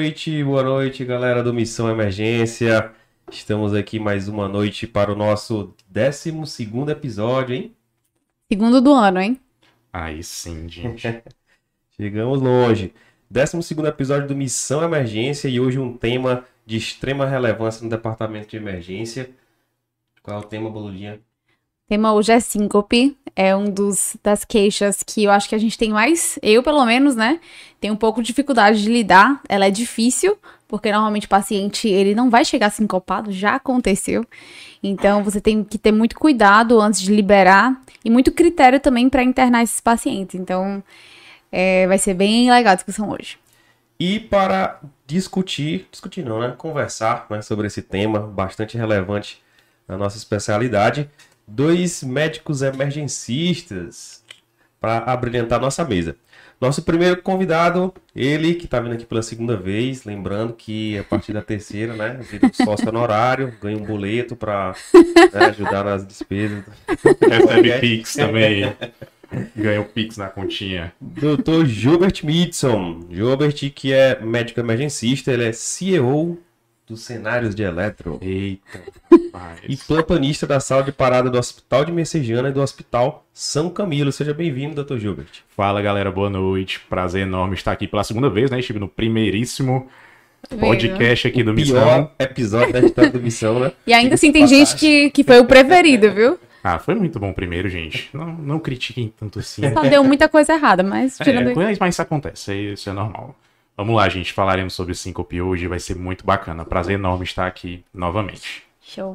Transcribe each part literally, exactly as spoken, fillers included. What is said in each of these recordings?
noite, boa noite, galera do Missão Emergência. Estamos aqui mais uma noite para o nosso décimo segundo episódio, hein? Segundo do ano, hein? Aí sim, gente. Chegamos longe. décimo segundo episódio do Missão Emergência e hoje um tema de extrema relevância no departamento de emergência. Qual é o tema, Boludinha? O tema hoje é síncope. É um dos das queixas que eu acho que a gente tem mais, eu pelo menos, né? Tem um pouco de dificuldade de lidar. Ela é difícil, porque normalmente o paciente ele não vai chegar sincopado, já aconteceu. Então você tem que ter muito cuidado antes de liberar e muito critério também para internar esses pacientes. Então é, vai ser bem legal a discussão hoje. E para discutir, discutir não, né? Conversar, né, sobre esse tema bastante relevante na nossa especialidade, dois médicos emergencistas para abrilhantar nossa mesa. Nosso primeiro convidado, ele que está vindo aqui pela segunda vez, lembrando que a partir da terceira, né, vira um sócio honorário, ganha um boleto para, né, ajudar nas despesas. Recebe Pix também. Ganha o Pix na continha. doutor Gilbert Midson. Gilbert, que é médico emergencista, ele é C E O dos cenários de eletro. Eita. E plantonista da sala de parada do Hospital de Messejana e do Hospital São Camilo. Seja bem-vindo, doutor Gilbert. Fala, galera, boa noite. Prazer enorme estar aqui pela segunda vez, né? Estive no primeiríssimo podcast aqui do Missão. Pior episódio da história do Missão, né? E ainda assim tem gente que, que foi o preferido, viu? Ah, foi muito bom primeiro, gente. Não, não critiquem tanto assim. Só deu muita coisa errada, mas tirando É, isso. mas mas isso acontece, isso é normal. Vamos lá, gente. Falaremos sobre síncope hoje, vai ser muito bacana. Prazer enorme estar aqui novamente. Show.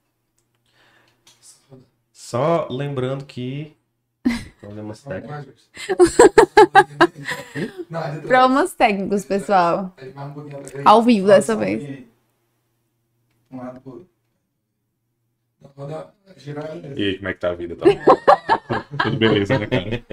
Só lembrando que... Problemas técnicos. Problemas técnicos, pessoal. Ao vivo dessa vez. E aí, como é que tá a vida? Tá? Tudo beleza, né, cara?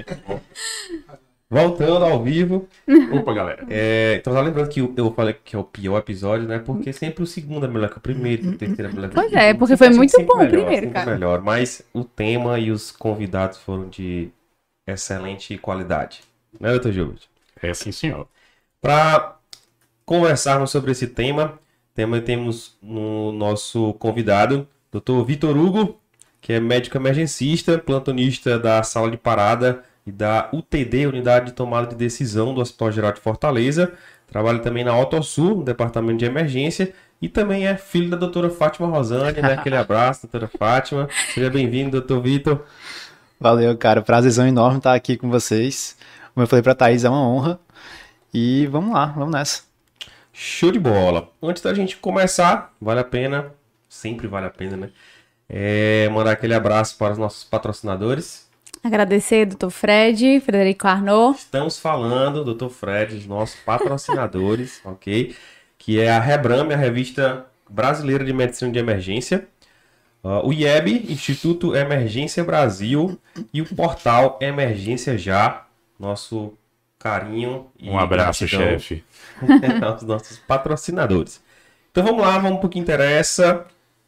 Voltando ao vivo. Opa, galera. É, então, só lembrando que eu falei que é o pior episódio, né? Porque sempre o segundo é melhor que o primeiro, que o terceiro é melhor que o Pois segundo. é, porque Sempre foi assim, muito sempre bom o melhor, primeiro, sempre cara. melhor. Mas o tema e os convidados foram de excelente qualidade. Né, doutor Gilbert? É sim, senhor. Para conversarmos sobre esse tema, tema temos no nosso convidado, doutor Vitor Hugo, que é médico emergencista, plantonista da sala de parada e da U T D, Unidade de Tomada de Decisão do Hospital Geral de Fortaleza. Trabalha também na AutoSul, no Departamento de Emergência, e também é filho da doutora Fátima Rosane, né? Aquele abraço, doutora Fátima. Seja bem-vindo, doutor Vitor. Valeu, cara. Prazerzão enorme estar aqui com vocês. Como eu falei pra Thaís, é uma honra. E vamos lá, vamos nessa. Show de bola. Antes da gente começar, vale a pena, sempre vale a pena, né? É, mandar aquele abraço para os nossos patrocinadores. Agradecer, doutor Fred, Frederico Arnaud. Estamos falando, doutor Fred, dos nossos patrocinadores, ok? Que é a Rebrame, a revista brasileira de medicina de emergência, uh, o I E B, Instituto Emergência Brasil, e o portal Emergência Já, nosso carinho e Um abraço, gratidão chefe. aos nossos patrocinadores. Então vamos lá, vamos para o que interessa.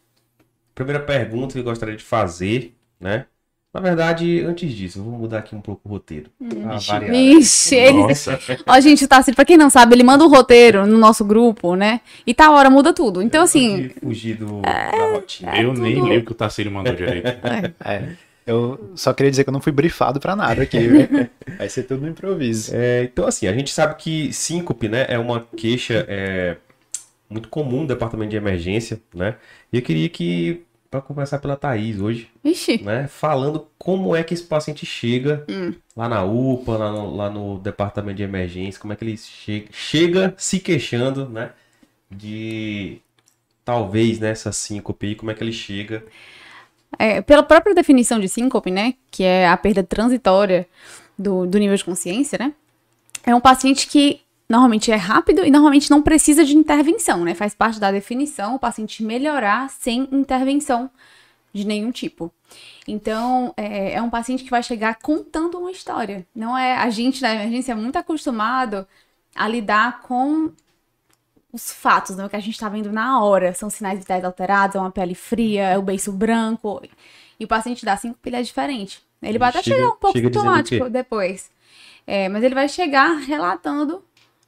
Primeira pergunta que eu gostaria de fazer, né? Na verdade, antes disso, eu vou mudar aqui um pouco o roteiro. Pra variar. Vixe, ele... Nossa. Ó, gente, o Tarcísio, pra quem não sabe, ele manda um roteiro no nosso grupo, né? E tá hora, muda tudo. Então, assim... Pode fugir do, da rotina. Eu nem tudo. lembro que o Tarcísio mandou direito. É, eu só queria dizer que eu não fui brifado pra nada aqui, viu? Vai ser tudo no improviso. É, então, assim, a gente sabe que síncope, né, é uma queixa é, muito comum no departamento de emergência, né? E eu queria que, para começar pela Thaís hoje, Vixe. né, falando como é que esse paciente chega Hum. lá na U P A, lá no, lá no departamento de emergência, como é que ele chega, chega se queixando, né, de talvez nessa síncope aí, como é que ele chega. É, pela própria definição de síncope, né? Que é a perda transitória do, do nível de consciência, né? É um paciente que normalmente é rápido e normalmente não precisa de intervenção, né? Faz parte da definição o paciente melhorar sem intervenção de nenhum tipo. Então, é, é um paciente que vai chegar contando uma história. Não é, a gente na emergência é muito acostumado a lidar com os fatos, né? O que a gente tá vendo na hora. São sinais vitais alterados, é uma pele fria, é o beiço branco. E o paciente da síncope, ele é diferente. Ele vai até Chega- chegar um pouco chega dizendo o sintomático quê? depois. É, mas ele vai chegar relatando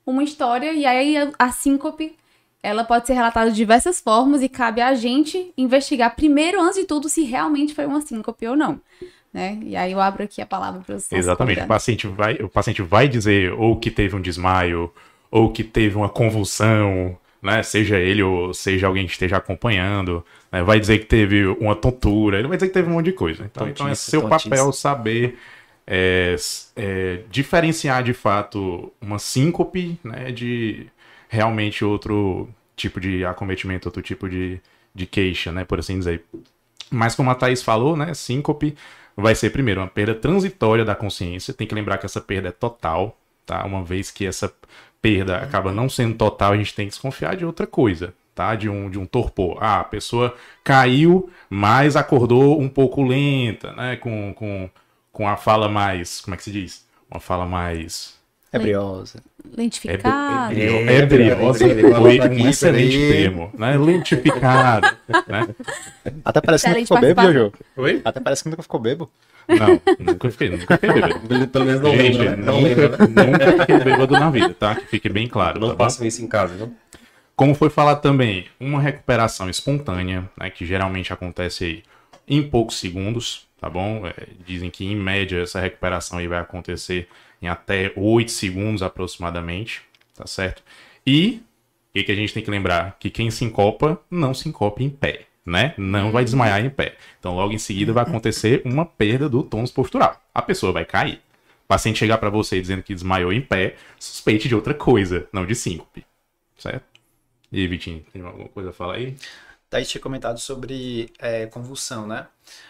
uma história e aí a, a síncope, ela pode ser relatada de diversas formas e cabe a gente investigar primeiro, antes de tudo, se realmente foi uma síncope ou não. Né? E aí eu abro aqui a palavra para os Exatamente, o paciente, vai, o paciente vai dizer ou que teve um desmaio, ou que teve uma convulsão, né? Seja ele ou seja alguém que esteja acompanhando, né? Vai dizer que teve uma tontura, ele vai dizer que teve um monte de coisa. Então, Tontice, então é seu tontice. papel saber é, é, diferenciar de fato uma síncope, né, de realmente outro tipo de acometimento, outro tipo de, de queixa, né, por assim dizer. Mas como a Thaís falou, né, síncope vai ser primeiro uma perda transitória da consciência. Tem que lembrar que essa perda é total, tá? Uma vez que essa perda acaba não sendo total, a gente tem que desconfiar de outra coisa, tá? De um, de um torpor. Ah, a pessoa caiu, mas acordou um pouco lenta, né? Com, com, com a fala mais... Como é que se diz? Uma fala mais... Ebriosa. Lentificado. Ebrio- Ebriosa foi um excelente termo, né? Lentificado, né? Até parece que nunca Excelente ficou bebo, participação. Jojo. Oi? Até parece que nunca ficou bebo. Não, nunca fiquei, nunca fiquei bêbado. Pelo menos não Gente, lembra, né? Não nunca, lembra, né? nunca fiquei bêbado na vida, tá? Que fique bem claro. Não tá bom? façam isso em casa, não? Como foi falado também, uma recuperação espontânea, né, que geralmente acontece aí em poucos segundos, tá bom? É, dizem que em média essa recuperação aí vai acontecer em até oito segundos aproximadamente, tá certo? E o que, que a gente tem que lembrar? Que quem sincopa não sincopa em pé, né? Não vai desmaiar em pé. Então logo em seguida vai acontecer uma perda do tônus postural. A pessoa vai cair. O paciente chegar para você dizendo que desmaiou em pé, suspeite de outra coisa, não de síncope, certo? E aí, Vitinho, tem alguma coisa a falar aí? Daí tinha comentado sobre é, convulsão, né?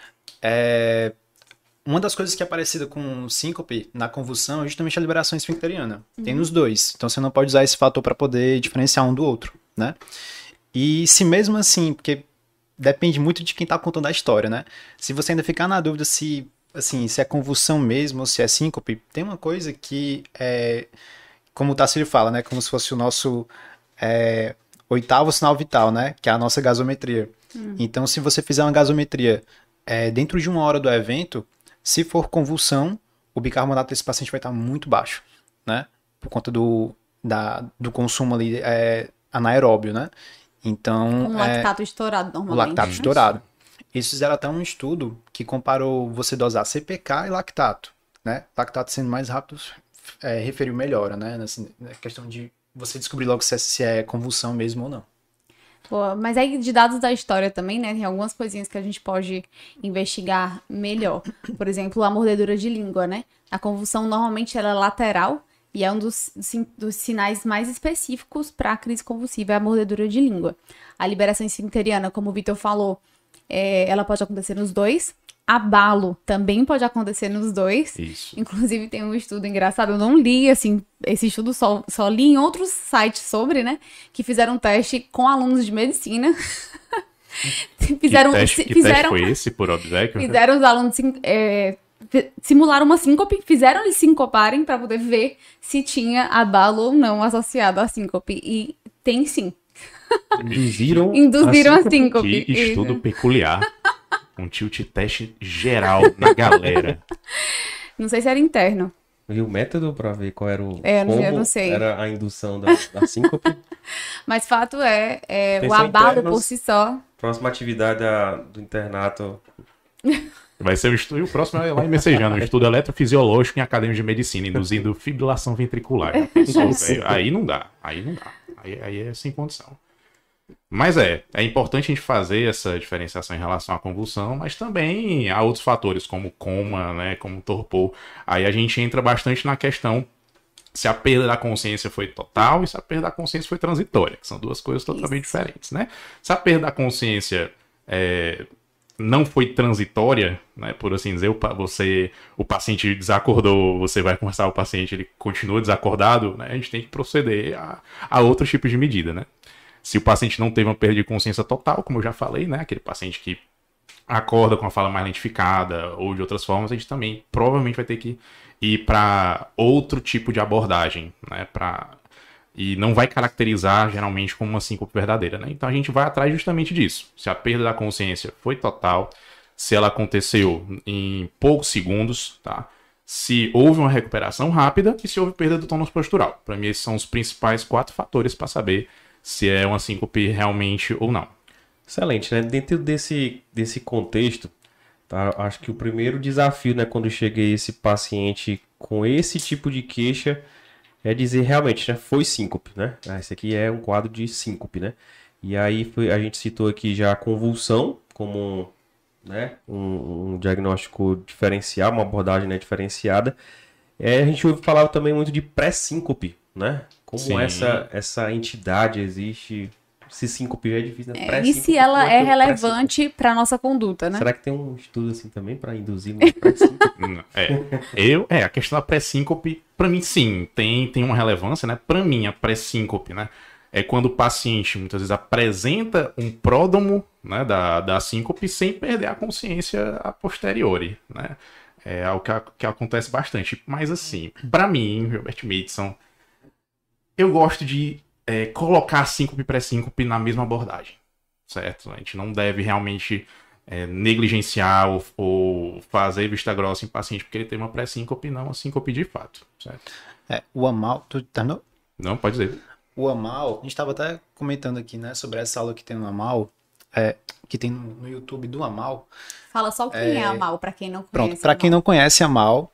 É, uma das coisas que é parecida com síncope na convulsão é justamente a liberação esfincteriana. Tem nos dois. Então você não pode usar esse fator para poder diferenciar um do outro, né? E se mesmo assim, porque depende muito de quem tá contando a história, né? Se você ainda ficar na dúvida se, assim, se é convulsão mesmo ou se é síncope, tem uma coisa que é, como o Tassilo fala, né? Como se fosse o nosso é, oitavo sinal vital, né? Que é a nossa gasometria. Hum. Então, se você fizer uma gasometria é, dentro de uma hora do evento, se for convulsão, o bicarbonato desse paciente vai estar muito baixo, né? Por conta do, da, do consumo ali é, anaeróbio, né? Então, Um lactato é, estourado, normalmente. O lactato né? estourado. Eles fizeram até um estudo que comparou você dosar C P K e lactato, né? Lactato sendo mais rápido, é, referiu melhora, né? Nessa, na questão de você descobrir logo se é, se é convulsão mesmo ou não. Pô, mas aí de dados da história também, né? Tem algumas coisinhas que a gente pode investigar melhor. Por exemplo, a mordedura de língua, né? A convulsão normalmente ela é lateral e é um dos, dos sinais mais específicos para a crise convulsiva, é a mordedura de língua. A liberação esfincteriana, como o Vitor falou, é, ela pode acontecer nos dois. Abalo também pode acontecer nos dois. Isso. Inclusive tem um estudo engraçado, eu não li, assim, esse estudo só, só li em outros sites sobre, né? Que fizeram um teste com alunos de medicina. fizeram, que teste, que fizeram, teste foi esse, por obséquio? Fizeram os alunos é, simularam uma síncope, fizeram eles sincoparem para poder ver se tinha abalo ou não associado à síncope. E tem sim. Induziram, Induziram a síncope. Que estudo peculiar. Um tilt teste geral na galera. Não sei se era interno. E o método para ver qual era o É, eu não- como eu não sei. era a indução da, da síncope. Mas fato é, é o Atenção, abalo internos. por si só. Próxima atividade da- do internato. Vai ser um estudo, e o próximo é lá em Messejano, um estudo eletrofisiológico em academia de medicina, induzindo fibrilação ventricular. Já pensou, velho? Aí não dá, aí não dá. Aí, aí é sem condição. Mas é, é importante a gente fazer essa diferenciação em relação à convulsão, mas também há outros fatores, como coma, né, como torpor. Aí a gente entra bastante na questão se a perda da consciência foi total e se a perda da consciência foi transitória, que são duas coisas totalmente Isso. diferentes, né? Se a perda da consciência é, não foi transitória, né, por assim dizer, o, pa- você, o paciente desacordou, você vai conversar com o paciente, ele continua desacordado, né, a gente tem que proceder a, a outros tipos de medida, né? Se o paciente não teve uma perda de consciência total, como eu já falei, né, aquele paciente que acorda com a fala mais lentificada ou de outras formas, a gente também provavelmente vai ter que ir para outro tipo de abordagem, né, pra... e não vai caracterizar geralmente como uma síncope verdadeira, né? Então a gente vai atrás justamente disso. Se a perda da consciência foi total, se ela aconteceu em poucos segundos, tá? se houve uma recuperação rápida e se houve perda do tônus postural. Para mim, esses são os principais quatro fatores para saber se é uma síncope realmente ou não. Excelente, né? Dentro desse, desse contexto, tá? Acho que o primeiro desafio, né, quando chega esse paciente com esse tipo de queixa, é dizer realmente, né, foi síncope, né? Ah, esse aqui é um quadro de síncope, né? E aí foi, a gente citou aqui já a convulsão como, né, um, um diagnóstico diferencial, uma abordagem, né, diferenciada. É, a gente ouve falar também muito de pré-síncope, né? Como Sim. essa, essa entidade existe. Se síncope já é difícil, né? É, e Pré-síncope, se ela como é que o pré-síncope? relevante para nossa conduta, né? Será que tem um estudo assim também para induzir no pré-síncope? É, eu, é, a questão da pré-síncope, pra mim sim, tem, tem uma relevância, né? Pra mim, a pré-síncope, né? É quando o paciente muitas vezes apresenta um pródromo, né, da, da síncope sem perder a consciência a posteriori, né? É algo que, que acontece bastante. Mas assim, pra mim, Robert Mason, eu gosto de é, colocar síncope e pré-síncope na mesma abordagem, certo? A gente não deve realmente é, negligenciar ou, ou fazer vista grossa em paciente porque ele tem uma pré-síncope e não uma síncope de fato, certo? É, o Amal, tu terminou? Não, pode dizer. O Amal, a gente estava até comentando aqui, né, sobre essa aula que tem no Amal, é, que tem no, no YouTube do Amal. Fala só quem é, a Amal, para quem não conhece. Pronto, para quem não conhece Amal,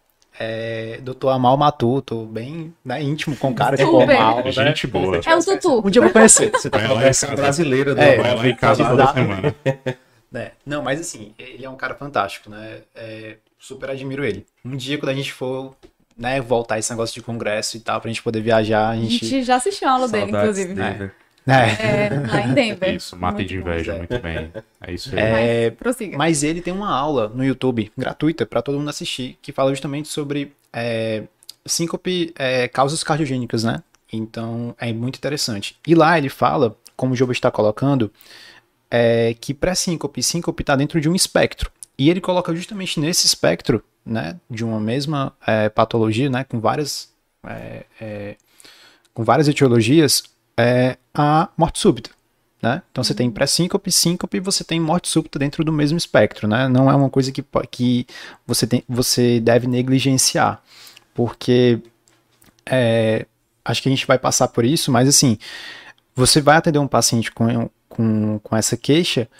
é doutor Amal Matu, tô bem, né, íntimo com o cara de Super. Amal, né? Gente boa. É o Tutu. Um dia eu vou conhecer. Você tá Ela falando é versão casa- brasileira do É, Vai lá em casa toda Exato. semana. É, não, mas assim, ele é um cara fantástico, né? É, super admiro ele. Um dia, quando a gente for, né, voltar esse negócio de congresso e tal, pra gente poder viajar, a A gente. gente já assistiu a aula dele, Saudades inclusive. dele. É. É, lá em Denver. Isso, mata Muito de bom. inveja, muito bem. É isso aí. É, Mas, prossiga. Mas ele tem uma aula no YouTube, gratuita, pra todo mundo assistir, que fala justamente sobre é, síncope, é, causas cardiogênicas, né? Então, é muito interessante. E lá ele fala, como o Jobo está colocando, é, que pré-síncope e síncope está dentro de um espectro. E ele coloca justamente nesse espectro, né, de uma mesma é, patologia, né, com várias, é, é, com várias etiologias, é, a morte súbita. Né? Então você tem pré-síncope, síncope e você tem morte súbita dentro do mesmo espectro. Né? Não é uma coisa que, que você, tem, você deve negligenciar, porque é, acho que a gente vai passar por isso, mas assim, você vai atender um paciente com, com, com essa queixa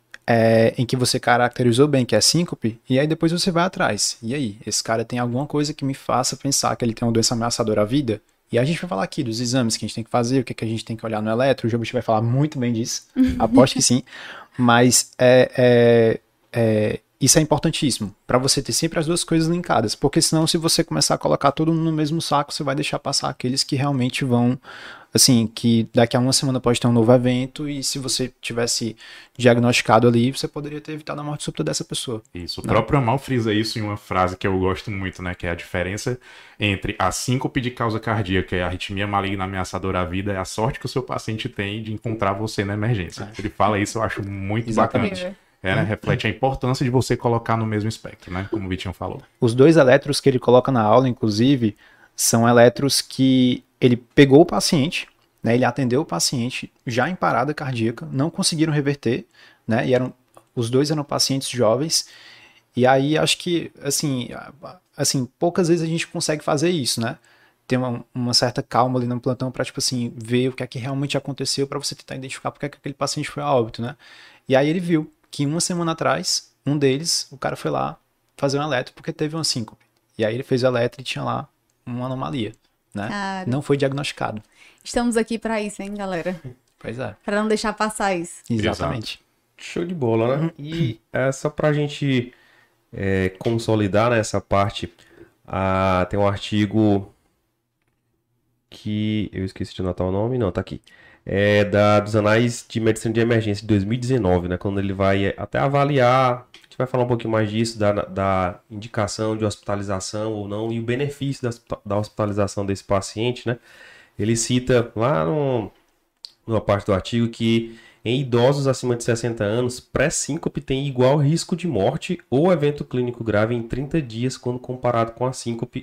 é, em que você caracterizou bem que é síncope, e aí depois você vai atrás. E aí, esse cara tem alguma coisa que me faça pensar que ele tem uma doença ameaçadora à vida? E a gente vai falar aqui dos exames que a gente tem que fazer, o que, que a gente tem que olhar no eletro, o Jobit vai falar muito bem disso, aposto que sim, mas é, é, é, isso é importantíssimo, para você ter sempre as duas coisas linkadas, porque senão se você começar a colocar tudo no mesmo saco, você vai deixar passar aqueles que realmente vão, assim, que daqui a uma semana pode ter um novo evento, e se você tivesse diagnosticado ali, você poderia ter evitado a morte súbita dessa pessoa. Isso, o próprio Amal frisa isso em uma frase que eu gosto muito, né? Que é a diferença entre a síncope de causa cardíaca e a arritmia maligna ameaçadora à vida é a sorte que o seu paciente tem de encontrar você na emergência. Ele fala isso, eu acho muito Exatamente. bacana. É, né? Reflete a importância de você colocar no mesmo espectro, né? Como o Vitinho falou. Os dois eletros que ele coloca na aula, inclusive, são eletros que ele pegou o paciente, né, ele atendeu o paciente já em parada cardíaca, não conseguiram reverter, né, e eram, os dois eram pacientes jovens, e aí acho que, assim, assim poucas vezes a gente consegue fazer isso, né, ter uma, uma certa calma ali no plantão para, tipo assim, ver o que é que realmente aconteceu para você tentar identificar porque é que aquele paciente foi a óbito, né, e aí ele viu que uma semana atrás, um deles, o cara foi lá fazer um eletro porque teve uma síncope, e aí ele fez o eletro e tinha lá uma anomalia, né, Cara. não foi diagnosticado. Estamos aqui pra isso, hein, galera? Pois é. Pra não deixar passar isso. Exatamente. Show de bola, né? E é só pra gente é, consolidar nessa parte, ah, tem um artigo que eu esqueci de anotar o nome, não, tá aqui. É da, dos Anais de Medicina de Emergência de dois mil e dezenove, né? Quando ele vai até avaliar, a gente vai falar um pouquinho mais disso, da, da indicação de hospitalização ou não e o benefício da, da hospitalização desse paciente, né? Ele cita lá no, numa parte do artigo que em idosos acima de sessenta anos, pré-síncope tem igual risco de morte ou evento clínico grave em trinta dias quando comparado com a síncope e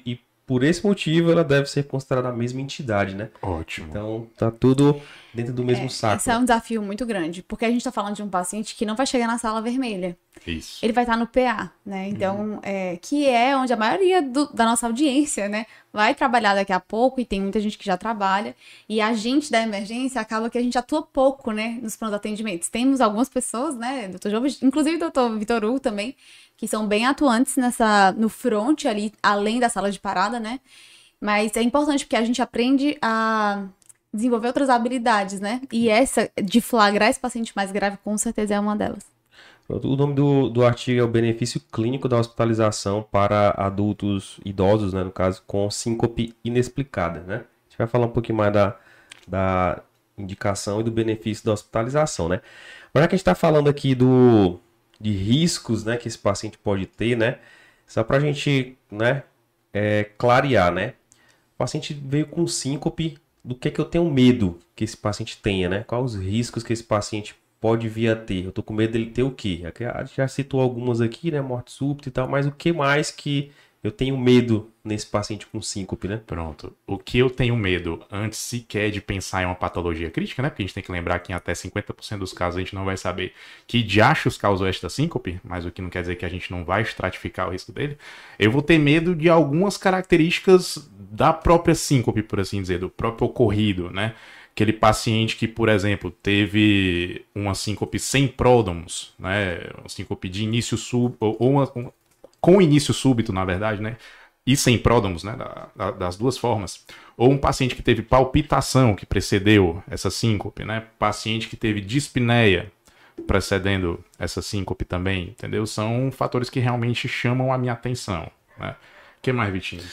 por esse motivo, ela deve ser considerada a mesma entidade, né? Ótimo. Então, tá tudo dentro do mesmo É, saco. esse é um desafio muito grande, porque a gente tá falando de um paciente que não vai chegar na sala vermelha. Isso. Ele vai estar no P A, né? Então, é, que é onde a maioria do- da nossa audiência, né, vai trabalhar daqui a pouco, e tem muita gente que já trabalha. E a gente da emergência acaba que a gente atua pouco, né, nos pronto atendimentos. Temos algumas pessoas, né, doutor João, inclusive o doutor Vitor Hugo também, que são bem atuantes nessa, no front ali, além da sala de parada, né? Mas é importante porque a gente aprende a desenvolver outras habilidades, né? E essa, de flagrar esse paciente mais grave, com certeza é uma delas. O nome do, do artigo é o benefício clínico da hospitalização para adultos idosos, né, no caso, com síncope inexplicada, né? A gente vai falar um pouquinho mais da, da indicação e do benefício da hospitalização, né? Mas já que a gente está falando aqui do, de riscos, né, que esse paciente pode ter, né? Só para a gente, né, é, clarear, né? O paciente veio com síncope, do que é que eu tenho medo que esse paciente tenha, né? Quais os riscos que esse paciente pode vir a ter? Eu tô com medo dele ter o quê? A gente já citou algumas aqui, né? Morte súbita e tal, mas o que mais que eu tenho medo nesse paciente com síncope, né? Pronto. O que eu tenho medo, antes sequer de pensar em uma patologia crítica, né? Porque a gente tem que lembrar que em até cinquenta por cento dos casos a gente não vai saber que diachos causou esta síncope, mas o que não quer dizer que a gente não vai estratificar o risco dele. Eu vou ter medo de algumas características da própria síncope, por assim dizer, do próprio ocorrido, né? Aquele paciente que, por exemplo, teve uma síncope sem pródromos, né? Uma síncope de início súbito, ou uma, um, com início súbito, na verdade, né? E sem pródromos, né? Da, da, das duas formas. Ou um paciente que teve palpitação que precedeu essa síncope, né? Paciente que teve dispneia precedendo essa síncope também, entendeu? São fatores que realmente chamam a minha atenção, né? O que mais, Vitinho?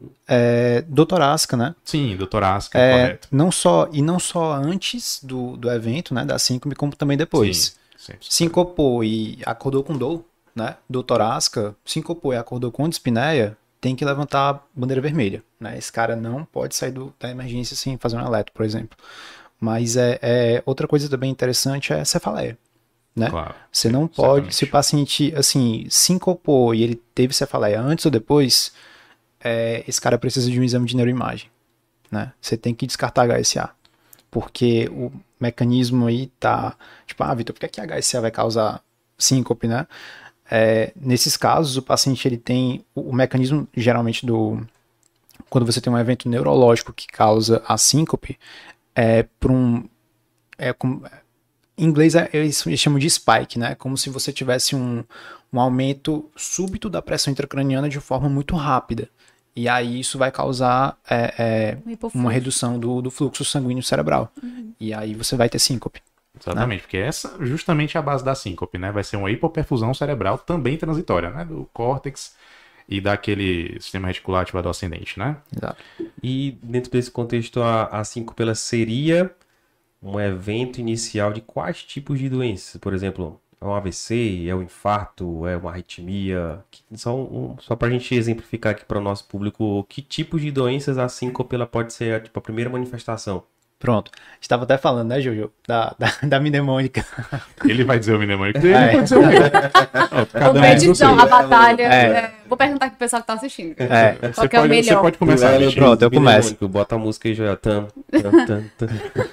É, doutor Asca, né? Sim, doutor Asca, É, correto. não só, e não só antes do, do evento, né, da síncope, como também depois. Sim, sim. Sincopou e acordou com dor, né? Doutor Asca, sincopou e acordou com dispneia, tem que levantar a bandeira vermelha, né? Esse cara não pode sair do, da emergência sem fazer um eletro, por exemplo. Mas é, é outra coisa também interessante é a cefaleia, né? Claro. Você não pode, Exatamente. se o paciente, assim, sincopou e ele teve cefaleia antes ou depois, é, esse cara precisa de um exame de neuroimagem, né? Você tem que descartar H S A, porque o mecanismo aí tá, tipo, ah, Vitor, por que, que H S A vai causar síncope, né? É, nesses casos, o paciente, ele tem, o, o mecanismo, geralmente, do, quando você tem um evento neurológico que causa a síncope, é por um, é como, em inglês eles chamam de spike, né? Como se você tivesse um, um aumento súbito da pressão intracraniana de forma muito rápida. E aí isso vai causar é, é, Um hipofluxo. uma redução do, do fluxo sanguíneo cerebral. Uhum. E aí você vai ter síncope. Exatamente, né? Porque essa justamente é a base da síncope, né? Vai ser uma hipoperfusão cerebral também transitória, né? Do córtex e daquele sistema reticular ativador ascendente, né? Exato. E dentro desse contexto, a, a síncope ela seria um evento inicial de quais tipos de doenças? Por exemplo, é um A V C, é um infarto, é uma arritmia? Só, um, só para a gente exemplificar aqui para o nosso público, que tipos de doenças a síncope ela pode ser tipo, a primeira manifestação? Pronto. Estava até falando, né, Jojo? Da, da, da mnemônica. Ele vai dizer o mnemônico dele, É. pode dizer o meu. Competição, a batalha. É. É, vou perguntar pro pessoal que tá assistindo. É. Qual Você que é o pode, você melhor? pode começar, Duelo Vitinho. Pronto, eu começo. mnemônico. Bota a música aí já. Tam, tam, tam, tam.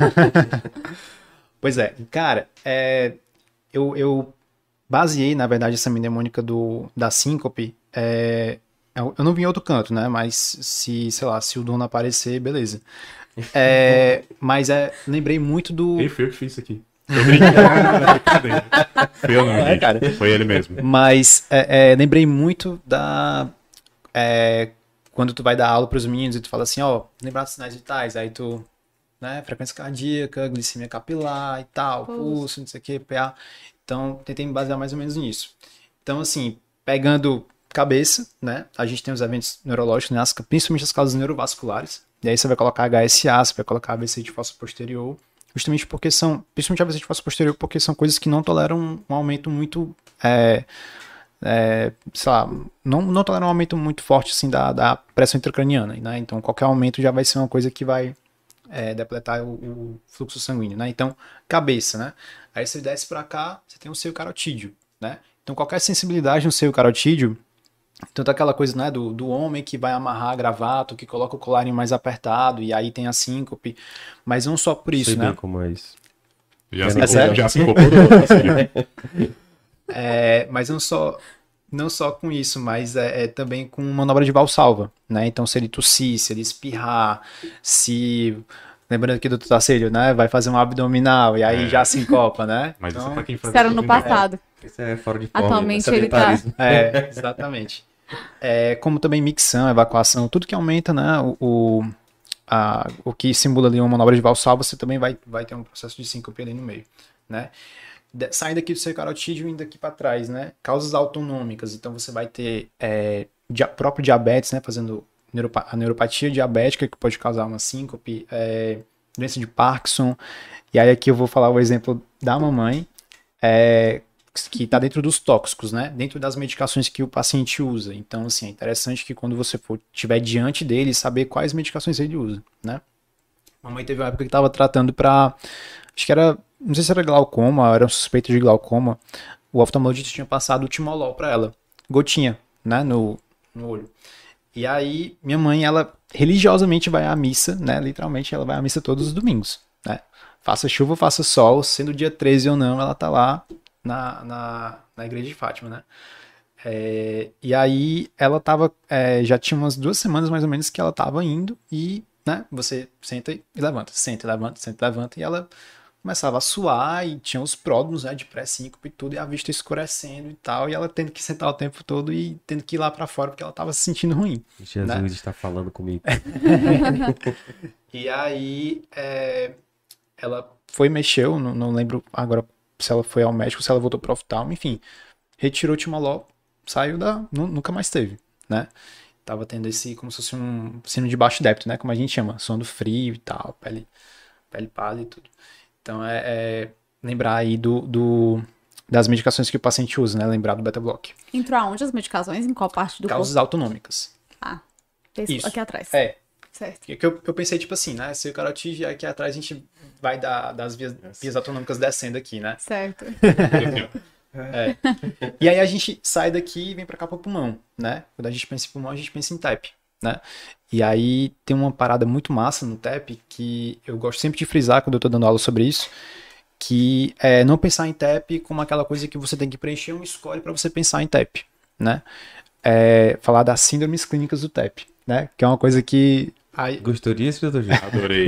Pois é, cara, é, eu, eu baseei, na verdade, essa mnemônica do, da síncope. É, eu, eu não vi em outro canto, né? Mas se, sei lá, se o dono aparecer, beleza. É, mas é, lembrei muito do. Ei, foi eu que fiz isso aqui. Tô brincando, brincadeira. Foi eu não, É, gente. cara. Foi ele mesmo. Mas é, é, lembrei muito da. É, quando tu vai dar aula pros meninos e tu fala assim, ó, lembrar dos sinais vitais, aí tu. Né, frequência cardíaca, glicemia capilar e tal, Pulso. pulso, não sei o que, P A. Então, tentei me basear mais ou menos nisso. Então, assim, pegando cabeça, né, a gente tem os eventos neurológicos, né, as- principalmente as causas neurovasculares. E aí você vai colocar H S A, você vai colocar A V C de fossa posterior, justamente porque são, principalmente A V C de fossa posterior, porque são coisas que não toleram um aumento muito, é, é, sei lá, não, não toleram um aumento muito forte, assim, da, da pressão intracraniana, né, então qualquer aumento já vai ser uma coisa que vai é, depletar o, o fluxo sanguíneo, né? Então, cabeça, né? Aí você desce pra cá, você tem o seio carotídeo, né? Então, qualquer sensibilidade no seio carotídeo Tanto aquela coisa, né, do, do homem que vai amarrar a gravata, que coloca o colarinho mais apertado, e aí tem a síncope. Mas não só por isso, Sei né? bem como é isso. Já É se, sério? já se incorporou. Assim. É, mas não só, não só com isso, mas é, é também com manobra de valsalva, né? Então, se ele tossir, se ele espirrar, se... Lembrando aqui do Tacelho, né? Vai fazer um abdominal e aí É. já sincopa, né? Mas isso é Então, pra quem faz Isso era no abdominal. passado. Isso é fora de forma. Atualmente né? ele tá- Sedentarismo. É, exatamente. É, como também micção, evacuação, tudo que aumenta, né, o, o, a, o que simula ali uma manobra de valsalva, você também vai, vai ter um processo de síncope ali no meio, né. De, saindo aqui do seu carotídeo e indo aqui para trás, né, causas autonômicas, então você vai ter é, dia, próprio diabetes, né, fazendo neuropa, a neuropatia diabética, que pode causar uma síncope, é, doença de Parkinson, e aí aqui eu vou falar o exemplo da mamãe, é, que está dentro dos tóxicos, né? Dentro das medicações que o paciente usa. Então, assim, é interessante que quando você for tiver diante dele, saber quais medicações ele usa, né? Mamãe teve uma época que estava tratando para, acho que era, não sei se era glaucoma, era um suspeito de glaucoma. O oftalmologista tinha passado o timolol para ela, gotinha, né? No, no olho. E aí, minha mãe, ela religiosamente vai à missa, né? Literalmente, ela vai à missa todos os domingos, né? Faça chuva, faça sol, sendo dia treze ou não, ela tá lá na, na, na igreja de Fátima, né? É, e aí ela tava, é, já tinha umas duas semanas mais ou menos que ela tava indo e, né, você senta e levanta, senta e levanta, senta e levanta, e ela começava a suar e tinha os pródromos, né, de pré-síncope e tudo, e a vista escurecendo e tal, e ela tendo que sentar o tempo todo e tendo que ir lá pra fora porque ela tava se sentindo ruim. Jesus né? está falando comigo. E aí, é, ela foi, mexeu, não, não lembro agora se ela foi ao médico, se ela voltou pro oftalmo, enfim, retirou o timolol, saiu da, nu- nunca mais teve, né? Tava tendo esse, como se fosse um sino de baixo débito, né? Como a gente chama, sono frio e tal, pele, pele pálida e tudo. Então, é, é lembrar aí do, do, das medicações que o paciente usa, né? Lembrar do beta-block. Entrou aonde as medicações? Em qual parte do Causas corpo? autonômicas. Ah, esse Isso. aqui atrás. É, Certo. porque que eu, eu pensei, tipo assim, né? Se o carotídeo aqui atrás, a gente vai dar das vias, vias autonômicas descendo aqui, né? Certo. E aí a gente sai daqui e vem pra cá pro pulmão, né? Quando a gente pensa em pulmão, a gente pensa em T E P, né? E aí tem uma parada muito massa no T E P que eu gosto sempre de frisar quando eu tô dando aula sobre isso, que é não pensar em T E P como aquela coisa que você tem que preencher um score para você pensar em T E P, né? É falar das síndromes clínicas do T E P, né? Que é uma coisa que aí, Gostou disso, doutor Gil? Adorei.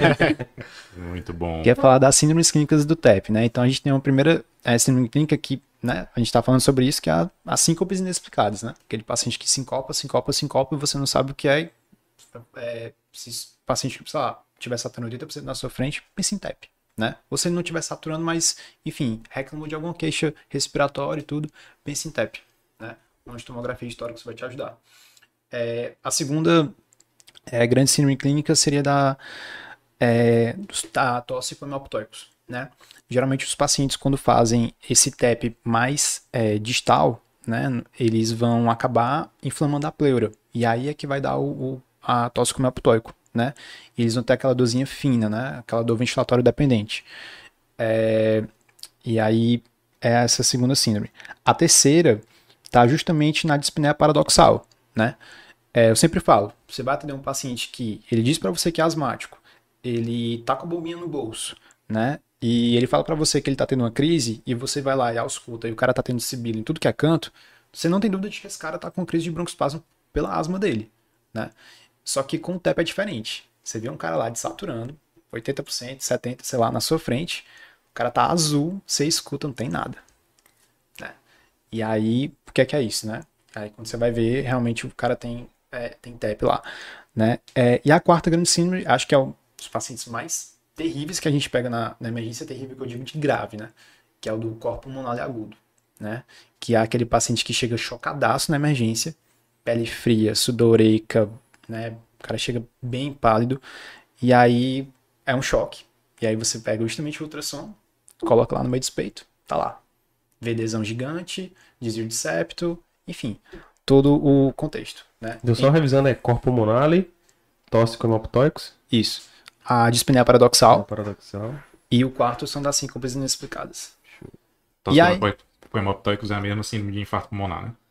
Muito bom. que é falar das síndromes clínicas do T E P, né? Então a gente tem uma primeira é, síndrome clínica que, né, a gente tá falando sobre isso, que é a, as síncopes inexplicadas, né? Aquele paciente que sincopa, sincopa, sincopa e você não sabe o que é. é se o paciente, sei lá, tiver saturando oitenta por cento na sua frente, pense em T E P, né? Ou se ele não estiver saturando, mas, enfim, reclamou de alguma queixa respiratória e tudo, pense em T E P, né? Uma tomografia de tórax vai te ajudar. É, a segunda é, grande síndrome clínica seria da é, dos- da tosse com hemoptóicos, né? Geralmente os pacientes quando fazem esse T E P mais é, distal, né, eles vão acabar inflamando a pleura e aí é que vai dar o, o- a tosse com hemoptóico, né? E eles vão ter aquela dorzinha fina, né? Aquela dor ventilatória dependente. É, e aí é essa segunda síndrome. A terceira está justamente na dispneia paradoxal, né? É, eu sempre falo, você vai atender um paciente que ele diz para você que é asmático, ele tá com a bombinha no bolso, né? E ele fala para você que ele tá tendo uma crise e você vai lá e ausculta e o cara tá tendo sibilo em tudo que é canto, você não tem dúvida de que esse cara tá com crise de broncoespasmo pela asma dele, né? Só que com o T E P é diferente. Você vê um cara lá desaturando, oitenta por cento, setenta por cento, sei lá, na sua frente, o cara tá azul, você escuta, não tem nada, né? E aí, o que é que é isso, né? Aí quando você vai ver, realmente o cara tem, é, tem T E P lá, né? É, e a quarta grande síndrome, acho que é um dos pacientes mais terríveis que a gente pega na, na emergência, terrível que eu digo de grave, né? Que é o do corpo pulmonar agudo, né? Que é aquele paciente que chega chocadaço na emergência, pele fria, sudoreica, né? O cara chega bem pálido, e aí é um choque. E aí você pega justamente o ultrassom, coloca lá no meio do peito, tá lá. VDzão gigante, desvio de septo, enfim, todo o contexto, né? Deu só revisando, é corpo pulmonar, tosse com hemoptóicos, Isso. A dispneia paradoxal paradoxal. e o quarto são das síncopes inexplicadas. Tosse E aí- com hemoptóicos é a mesma síndrome de infarto pulmonar, né?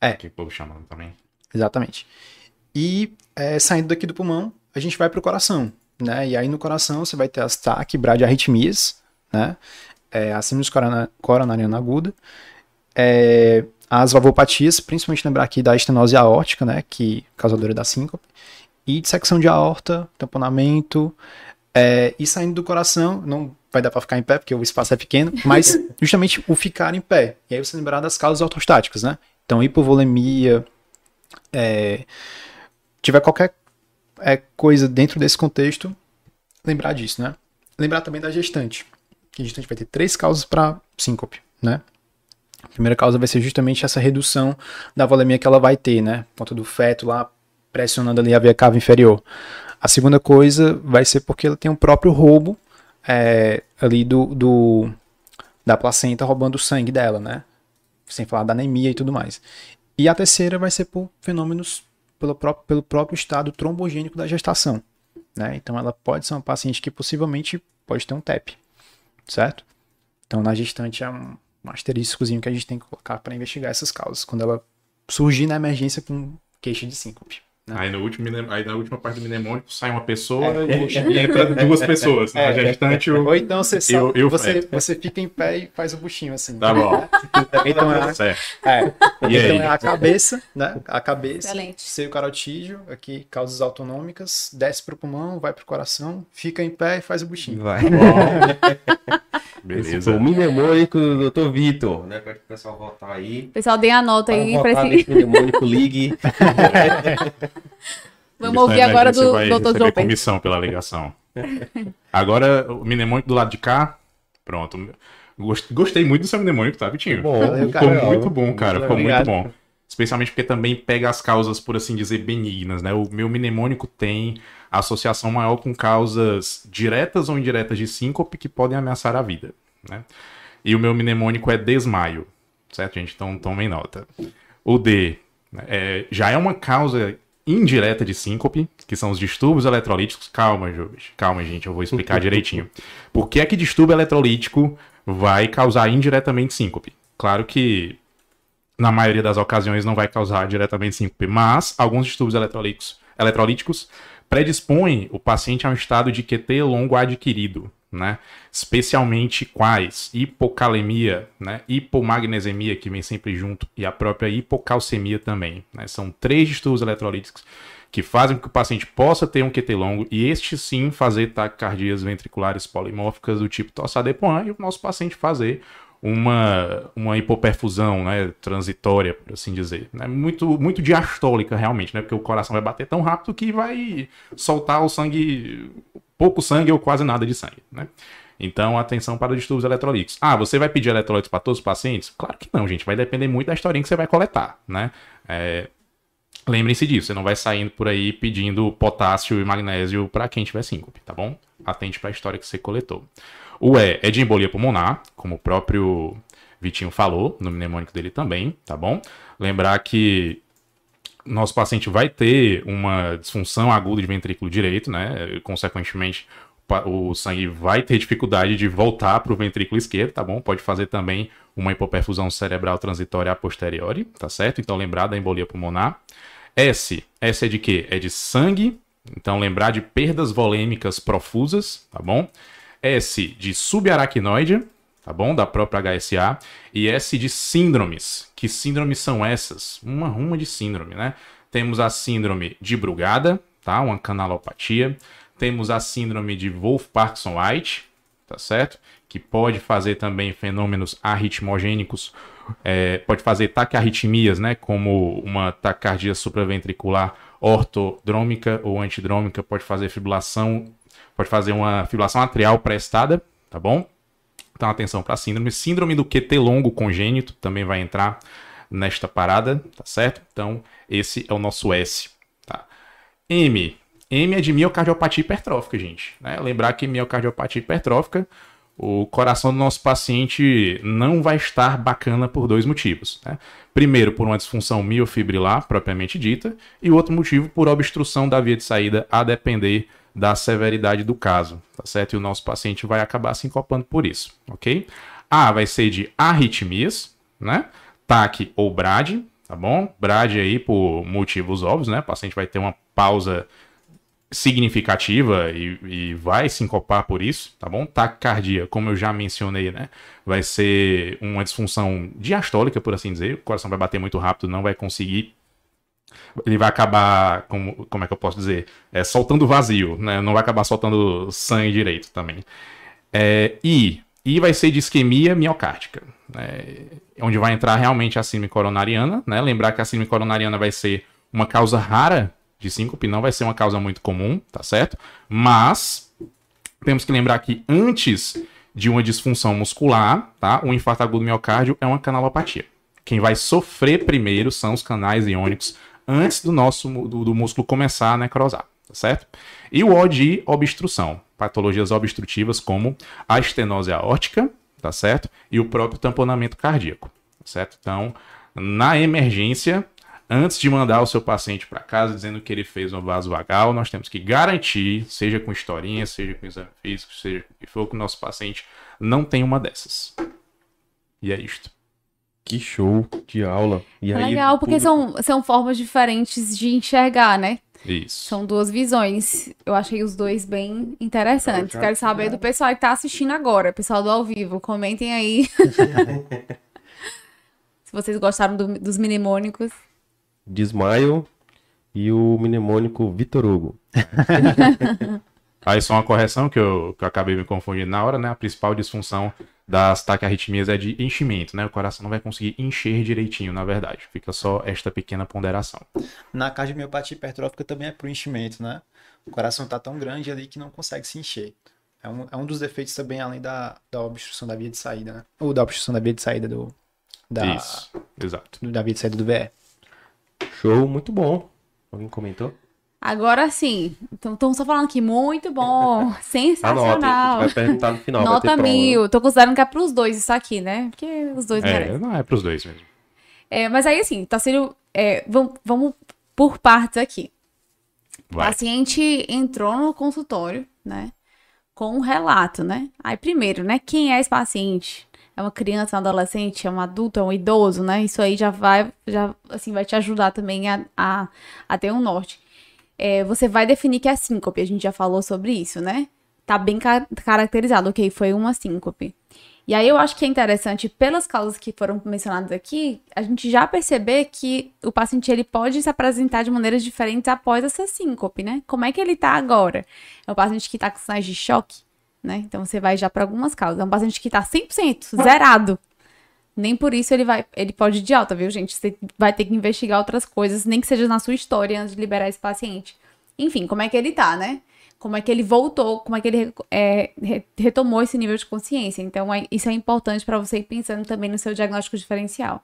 É. Que o povo chama também. Exatamente. E é, saindo daqui do pulmão, a gente vai para o coração, né? E aí no coração você vai ter as taque, bradiarritmias, né? É, a síndrome corona, coronariana aguda, é, as valvopatias, principalmente lembrar aqui da estenose aórtica, né? Que é causadora da síncope, e dissecção de aorta, tamponamento, é, e saindo do coração, não vai dar para ficar em pé porque o espaço é pequeno, mas justamente o ficar em pé. E aí você lembrar das causas ortostáticas, né? Então hipovolemia, é, tiver qualquer é, coisa dentro desse contexto, lembrar disso, né? Lembrar também da gestante. Que a gestante vai ter três causas para síncope, né? A primeira causa vai ser justamente essa redução da volemia que ela vai ter, né? Por conta do feto lá pressionando ali a veia cava inferior. A segunda coisa vai ser porque ela tem o próprio roubo é, ali do, do da placenta roubando o sangue dela, né? Sem falar da anemia e tudo mais. E a terceira vai ser por fenômenos pelo próprio, pelo próprio estado trombogênico da gestação, né? Então ela pode ser uma paciente que possivelmente pode ter um T E P, certo? Então na gestante é um, um asteriscozinho que a gente tem que colocar para investigar essas causas, quando ela surgir na emergência com queixa de síncope. Né? Aí, no último, aí na última parte do mnemônico sai uma pessoa é. e entra duas pessoas. Né? É. A gestante o... Ou então você, só, eu, eu, você, é. você fica em pé e faz o buchinho assim. Tá bom. Então é, certo. É, então é a cabeça, né? A cabeça, Excelente. seio carotídeo, aqui causas autonômicas, desce pro pulmão, vai pro coração, fica em pé e faz o buchinho. Vai. Beleza. Esse foi o mnemônico do doutor Vitor, né? Para o pessoal votar aí. Pessoal, dê a nota aí para pra esse mnemônico, ligue. Vamos ouvir agora do doutor João Pedro. Comissão pela ligação. Agora, o mnemônico do lado de cá. Pronto. Gostei muito do seu mnemônico, tá, Vitinho? Bom, ficou cara, muito bom, cara. Ficou obrigado. muito bom. Especialmente porque também pega as causas, por assim dizer, benignas, né? O meu mnemônico tem associação maior com causas diretas ou indiretas de síncope que podem ameaçar a vida, né? E o meu mnemônico é desmaio, certo, gente? Então tomem nota. O D é, já é uma causa indireta de síncope, que são os distúrbios eletrolíticos. Calma, Júlio. Calma, gente, eu vou explicar direitinho. Por que é que distúrbio eletrolítico vai causar indiretamente síncope? Claro que na maioria das ocasiões não vai causar diretamente síncope, mas alguns distúrbios eletrolíticos, eletrolíticos predispõem o paciente a um estado de Q T longo adquirido, né? Especialmente quais? Hipocalemia, né? Hipomagnesemia, que vem sempre junto, e a própria hipocalcemia também, né? São três distúrbios eletrolíticos que fazem com que o paciente possa ter um Q T longo e este sim fazer taquicardias ventriculares polimórficas do tipo tossadepoan e o nosso paciente fazer uma, uma hipoperfusão, né, transitória, por assim dizer. Né? Muito, muito diastólica, realmente, né? Porque o coração vai bater tão rápido que vai soltar o sangue, pouco sangue ou quase nada de sangue, né? Então, atenção para distúrbios eletrolíticos. Ah, você vai pedir eletrolitos para todos os pacientes? Claro que não, gente. Vai depender muito da historinha que você vai coletar, né? É... Lembrem-se disso, você não vai saindo por aí pedindo potássio e magnésio para quem tiver síncope, tá bom? Atente para a história que você coletou. O E é de embolia pulmonar, como o próprio Vitinho falou, no mnemônico dele também, tá bom? Lembrar que nosso paciente vai ter uma disfunção aguda de ventrículo direito, né? Consequentemente, o sangue vai ter dificuldade de voltar para o ventrículo esquerdo, tá bom? Pode fazer também uma hipoperfusão cerebral transitória a posteriori, tá certo? Então, lembrar da embolia pulmonar. S, S é de quê? É de sangue, então lembrar de perdas volêmicas profusas, tá bom? S de subaracnoide, tá bom? Da própria H S A. E S de síndromes. Que síndromes são essas? Uma ruma de síndrome, né? Temos a síndrome de Brugada, tá? Uma canalopatia. Temos a síndrome de Wolff-Parkinson-White, tá certo? Que pode fazer também fenômenos arritmogênicos, é, pode fazer taquiarritmias, né? Como uma taquicardia supraventricular ortodrômica ou antidrômica, pode fazer fibrilação, pode fazer uma fibrilação atrial prestada, tá bom? Então, atenção para a síndrome. Síndrome do Q T longo congênito também vai entrar nesta parada, tá certo? Então, esse é o nosso S, tá? M. M é de miocardiopatia hipertrófica, gente, né? Lembrar que miocardiopatia hipertrófica, o coração do nosso paciente não vai estar bacana por dois motivos, né? Primeiro, por uma disfunção miofibrilar, propriamente dita, e o outro motivo por obstrução da via de saída, a depender da severidade do caso, tá certo? E o nosso paciente vai acabar se encopando por isso, ok? A vai ser de arritmias, né? T A C ou B R A D, tá bom? Brade aí por motivos óbvios, né? O paciente vai ter uma pausa significativa e, e vai sincopar por isso, tá bom? Taquicardia, como eu já mencionei, né? Vai ser uma disfunção diastólica, por assim dizer. O coração vai bater muito rápido, não vai conseguir. Ele vai acabar, como, como é que eu posso dizer? É, soltando vazio, né? Não vai acabar soltando sangue direito também. É, e, e vai ser de isquemia miocárdica, né? Onde vai entrar realmente a síndrome coronariana, né? Lembrar que a síndrome coronariana vai ser uma causa rara de síncope, não vai ser uma causa muito comum, tá certo? Mas temos que lembrar que antes de uma disfunção muscular, tá? O infarto agudo do miocárdio é uma canalopatia. Quem vai sofrer primeiro são os canais iônicos antes do nosso do, do músculo começar a necrosar, tá certo? E o O de obstrução, patologias obstrutivas como a estenose aórtica, tá certo? E o próprio tamponamento cardíaco, tá certo? Então, na emergência, antes de mandar o seu paciente para casa dizendo que ele fez um vasovagal, nós temos que garantir, seja com historinha, seja com exame físico, seja com o que for, que o nosso paciente não tem uma dessas. E é isto. Que show de aula. E É aí, legal, porque público- são, são formas diferentes de enxergar, né? Isso. São duas visões. Eu achei os dois bem interessantes. Eu já- Quero saber do pessoal que tá assistindo agora, pessoal do ao vivo. Comentem aí. Se vocês gostaram do- dos mnemônicos. Desmaio e o mnemônico Vitor Hugo. Aí só uma correção que eu, que eu acabei me confundindo na hora, né? A principal disfunção das taquiarritmias é de enchimento, né? O coração não vai conseguir encher direitinho, na verdade. Fica só esta pequena ponderação. Na cardiomiopatia hipertrófica também é pro enchimento, né? O coração tá tão grande ali que não consegue se encher. É um, é um dos defeitos também, além da, da obstrução da via de saída, né? Ou da obstrução da via de saída do... Da, Isso, exato. do- da via de saída do V E. Show, muito bom. Alguém comentou? Agora sim. Então, estão só falando aqui. Muito bom. Anota, a Sensacional. gente vai perguntar no final. vai ter Nota prova. mil. Tô considerando que é pros dois isso aqui, né? Porque os dois É, merecem. não é pros dois mesmo. É, mas aí, assim, tá sendo... é, vamos, vamos por partes aqui. O Vai. paciente entrou no consultório, né? Com um relato, né? Aí, primeiro, né? Quem é esse paciente? É uma criança, um adolescente, é um adulto, é um idoso, né? Isso aí já vai, já, assim, vai te ajudar também a, a, a ter um norte. É, você vai definir que é síncope, a gente já falou sobre isso, né? Tá bem ca- caracterizado, ok? Foi uma síncope. E aí eu acho que é interessante, pelas causas que foram mencionadas aqui, a gente já perceber que o paciente ele pode se apresentar de maneiras diferentes após essa síncope, né? Como é que ele tá agora? É um paciente que tá com sinais de choque, né? Então você vai já para algumas causas. É um paciente que tá cem por cento zerado. Nem por isso ele vai, ele pode ir de alta, viu, gente? Você vai ter que investigar outras coisas, nem que seja na sua história antes de liberar esse paciente. Enfim, como é que ele tá, né? Como é que ele voltou, como é que ele é, re- retomou esse nível de consciência. Então, é- isso é importante para você ir pensando também no seu diagnóstico diferencial.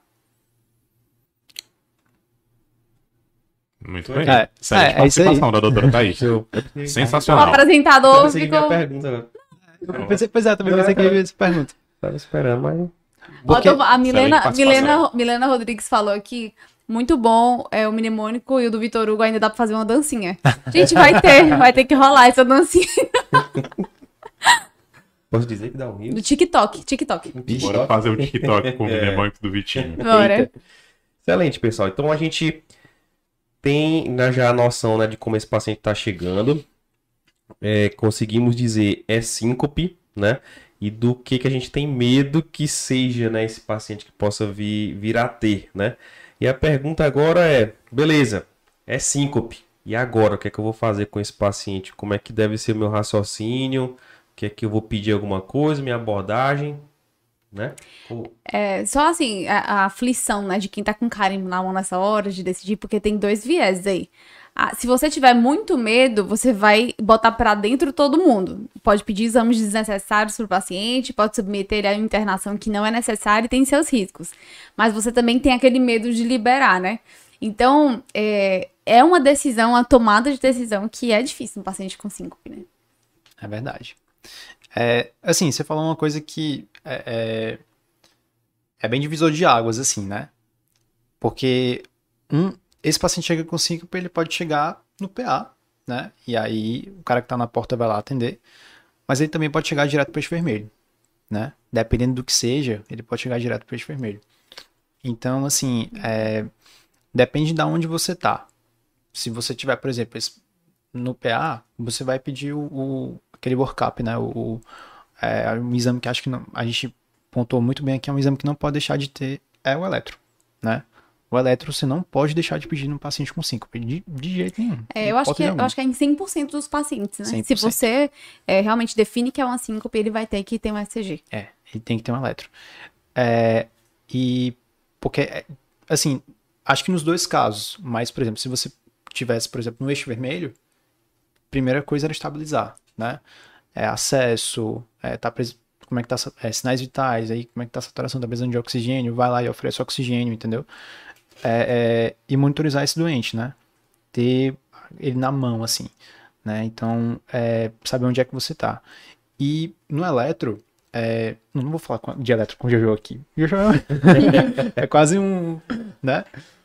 Muito bem. É, Excelente é, é isso aí. participação da doutora Thaís. Eu- O Sensacional. apresentador Essa aqui é a minha ficou... pergunta. Eu pensei, pois é, também pensei que ia essa pergunta. Tava esperando, mas... Ó, Porque- tô- a Milena, participação. Milena, Milena Rodrigues falou aqui, muito bom, é, o mnemônico e o do Vitor Hugo ainda dá pra fazer uma dancinha. Gente, vai ter, vai ter que rolar essa dancinha Posso dizer que dá um rio? do TikTok, TikTok. Bora fazer o TikTok com o É. mnemônico do Vitinho. Bora. Excelente, pessoal. Então a gente tem né, já a noção né, de como esse paciente está chegando. É, conseguimos dizer é síncope, né? E do que, que a gente tem medo que seja né, esse paciente que possa vir, vir a ter, né? E a pergunta agora é, beleza, é síncope. E agora, o que é que eu vou fazer com esse paciente? Como é que deve ser o meu raciocínio? O que é que eu vou pedir alguma coisa, minha abordagem, né? O- É, só assim, a, a aflição, né, de quem tá com carimbo na mão nessa hora de decidir, porque tem dois viés aí. Ah, se você tiver muito medo, você vai botar pra dentro todo mundo. Pode pedir exames desnecessários pro paciente, pode submeter ele a uma internação que não é necessária e tem seus riscos. Mas você também tem aquele medo de liberar, né? Então, é, é uma decisão, uma tomada de decisão que é difícil no paciente com síncope, né? É verdade. É, assim, você falou uma coisa que é, é, é bem divisor de águas, assim, né? Porque um, esse paciente chega com síncope, ele pode chegar no P A, né? E aí o cara que tá na porta vai lá atender. Mas ele também pode chegar direto pro eixo vermelho, né? Dependendo do que seja, ele pode chegar direto pro eixo vermelho. Então, assim, é, Depende de onde você tá. Se você tiver, por exemplo, esse- no P A, você vai pedir o, o- aquele workup, né? O, o- é, um exame que acho que não- a gente pontuou muito bem aqui, é um exame que não pode deixar de ter, é o eletro, né? O eletro você não pode deixar de pedir num paciente com síncope, de, de jeito nenhum. É, de eu, acho que, hipótese eu alguma. acho que é em cem por cento dos pacientes, né? cem Se por cento. você é, realmente define que é uma síncope, ele vai ter que ter um E C G. É, ele tem que ter um eletro. É, e porque, é, assim, acho que nos dois casos, mas, por exemplo, se você tivesse, por exemplo, no eixo vermelho, primeira coisa era estabilizar, né? É, acesso, é, tá, pres- como é que tá, sa- é, sinais vitais, aí como é que tá a saturação, tá precisando de oxigênio, vai lá e oferece oxigênio, entendeu? É, é, e monitorizar esse doente, né? Ter ele na mão, assim, né? Então, é, saber onde é que você tá. E no eletro, é, não, não vou falar com- de eletro com o Jojo aqui. Jojo é, é quase um, né?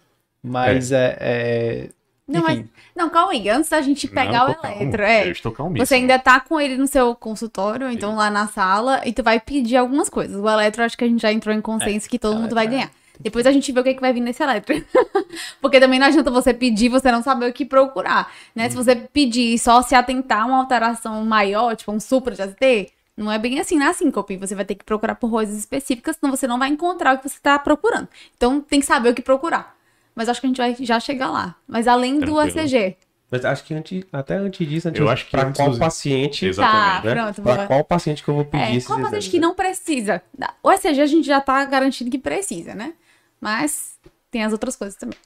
Mas é, é, Não, mas, enfim, não, calma aí. Antes da gente pegar Não, o tô calmo. eletro, é. Eu estou calmíssimo. Você ainda tá com ele no seu consultório, então lá na sala, e tu vai pedir algumas coisas. O eletro, acho que a gente já entrou em consenso que todo mundo eletro vai é- ganhar. Depois a gente vê o que, que vai vir nesse eletro. Porque também não adianta você pedir e você não saber o que procurar, né? Se você pedir e só se atentar a uma alteração maior, tipo um supra de A C T, não é bem assim na síncope. Você vai ter que procurar por coisas específicas, senão você não vai encontrar o que você tá procurando. Então tem que saber o que procurar. Mas acho que a gente vai já chegar lá. Mas além do Tranquilo. E C G. Mas acho que antes, até antes disso, antes Eu acho que pra antes qual dos- paciente, Exatamente. Tá, né? pronto, Pra boa. qual paciente que eu vou pedir É, esses qual paciente exames, que né? não precisa? O E C G a gente já tá garantindo que precisa, né? Mas tem as outras coisas também.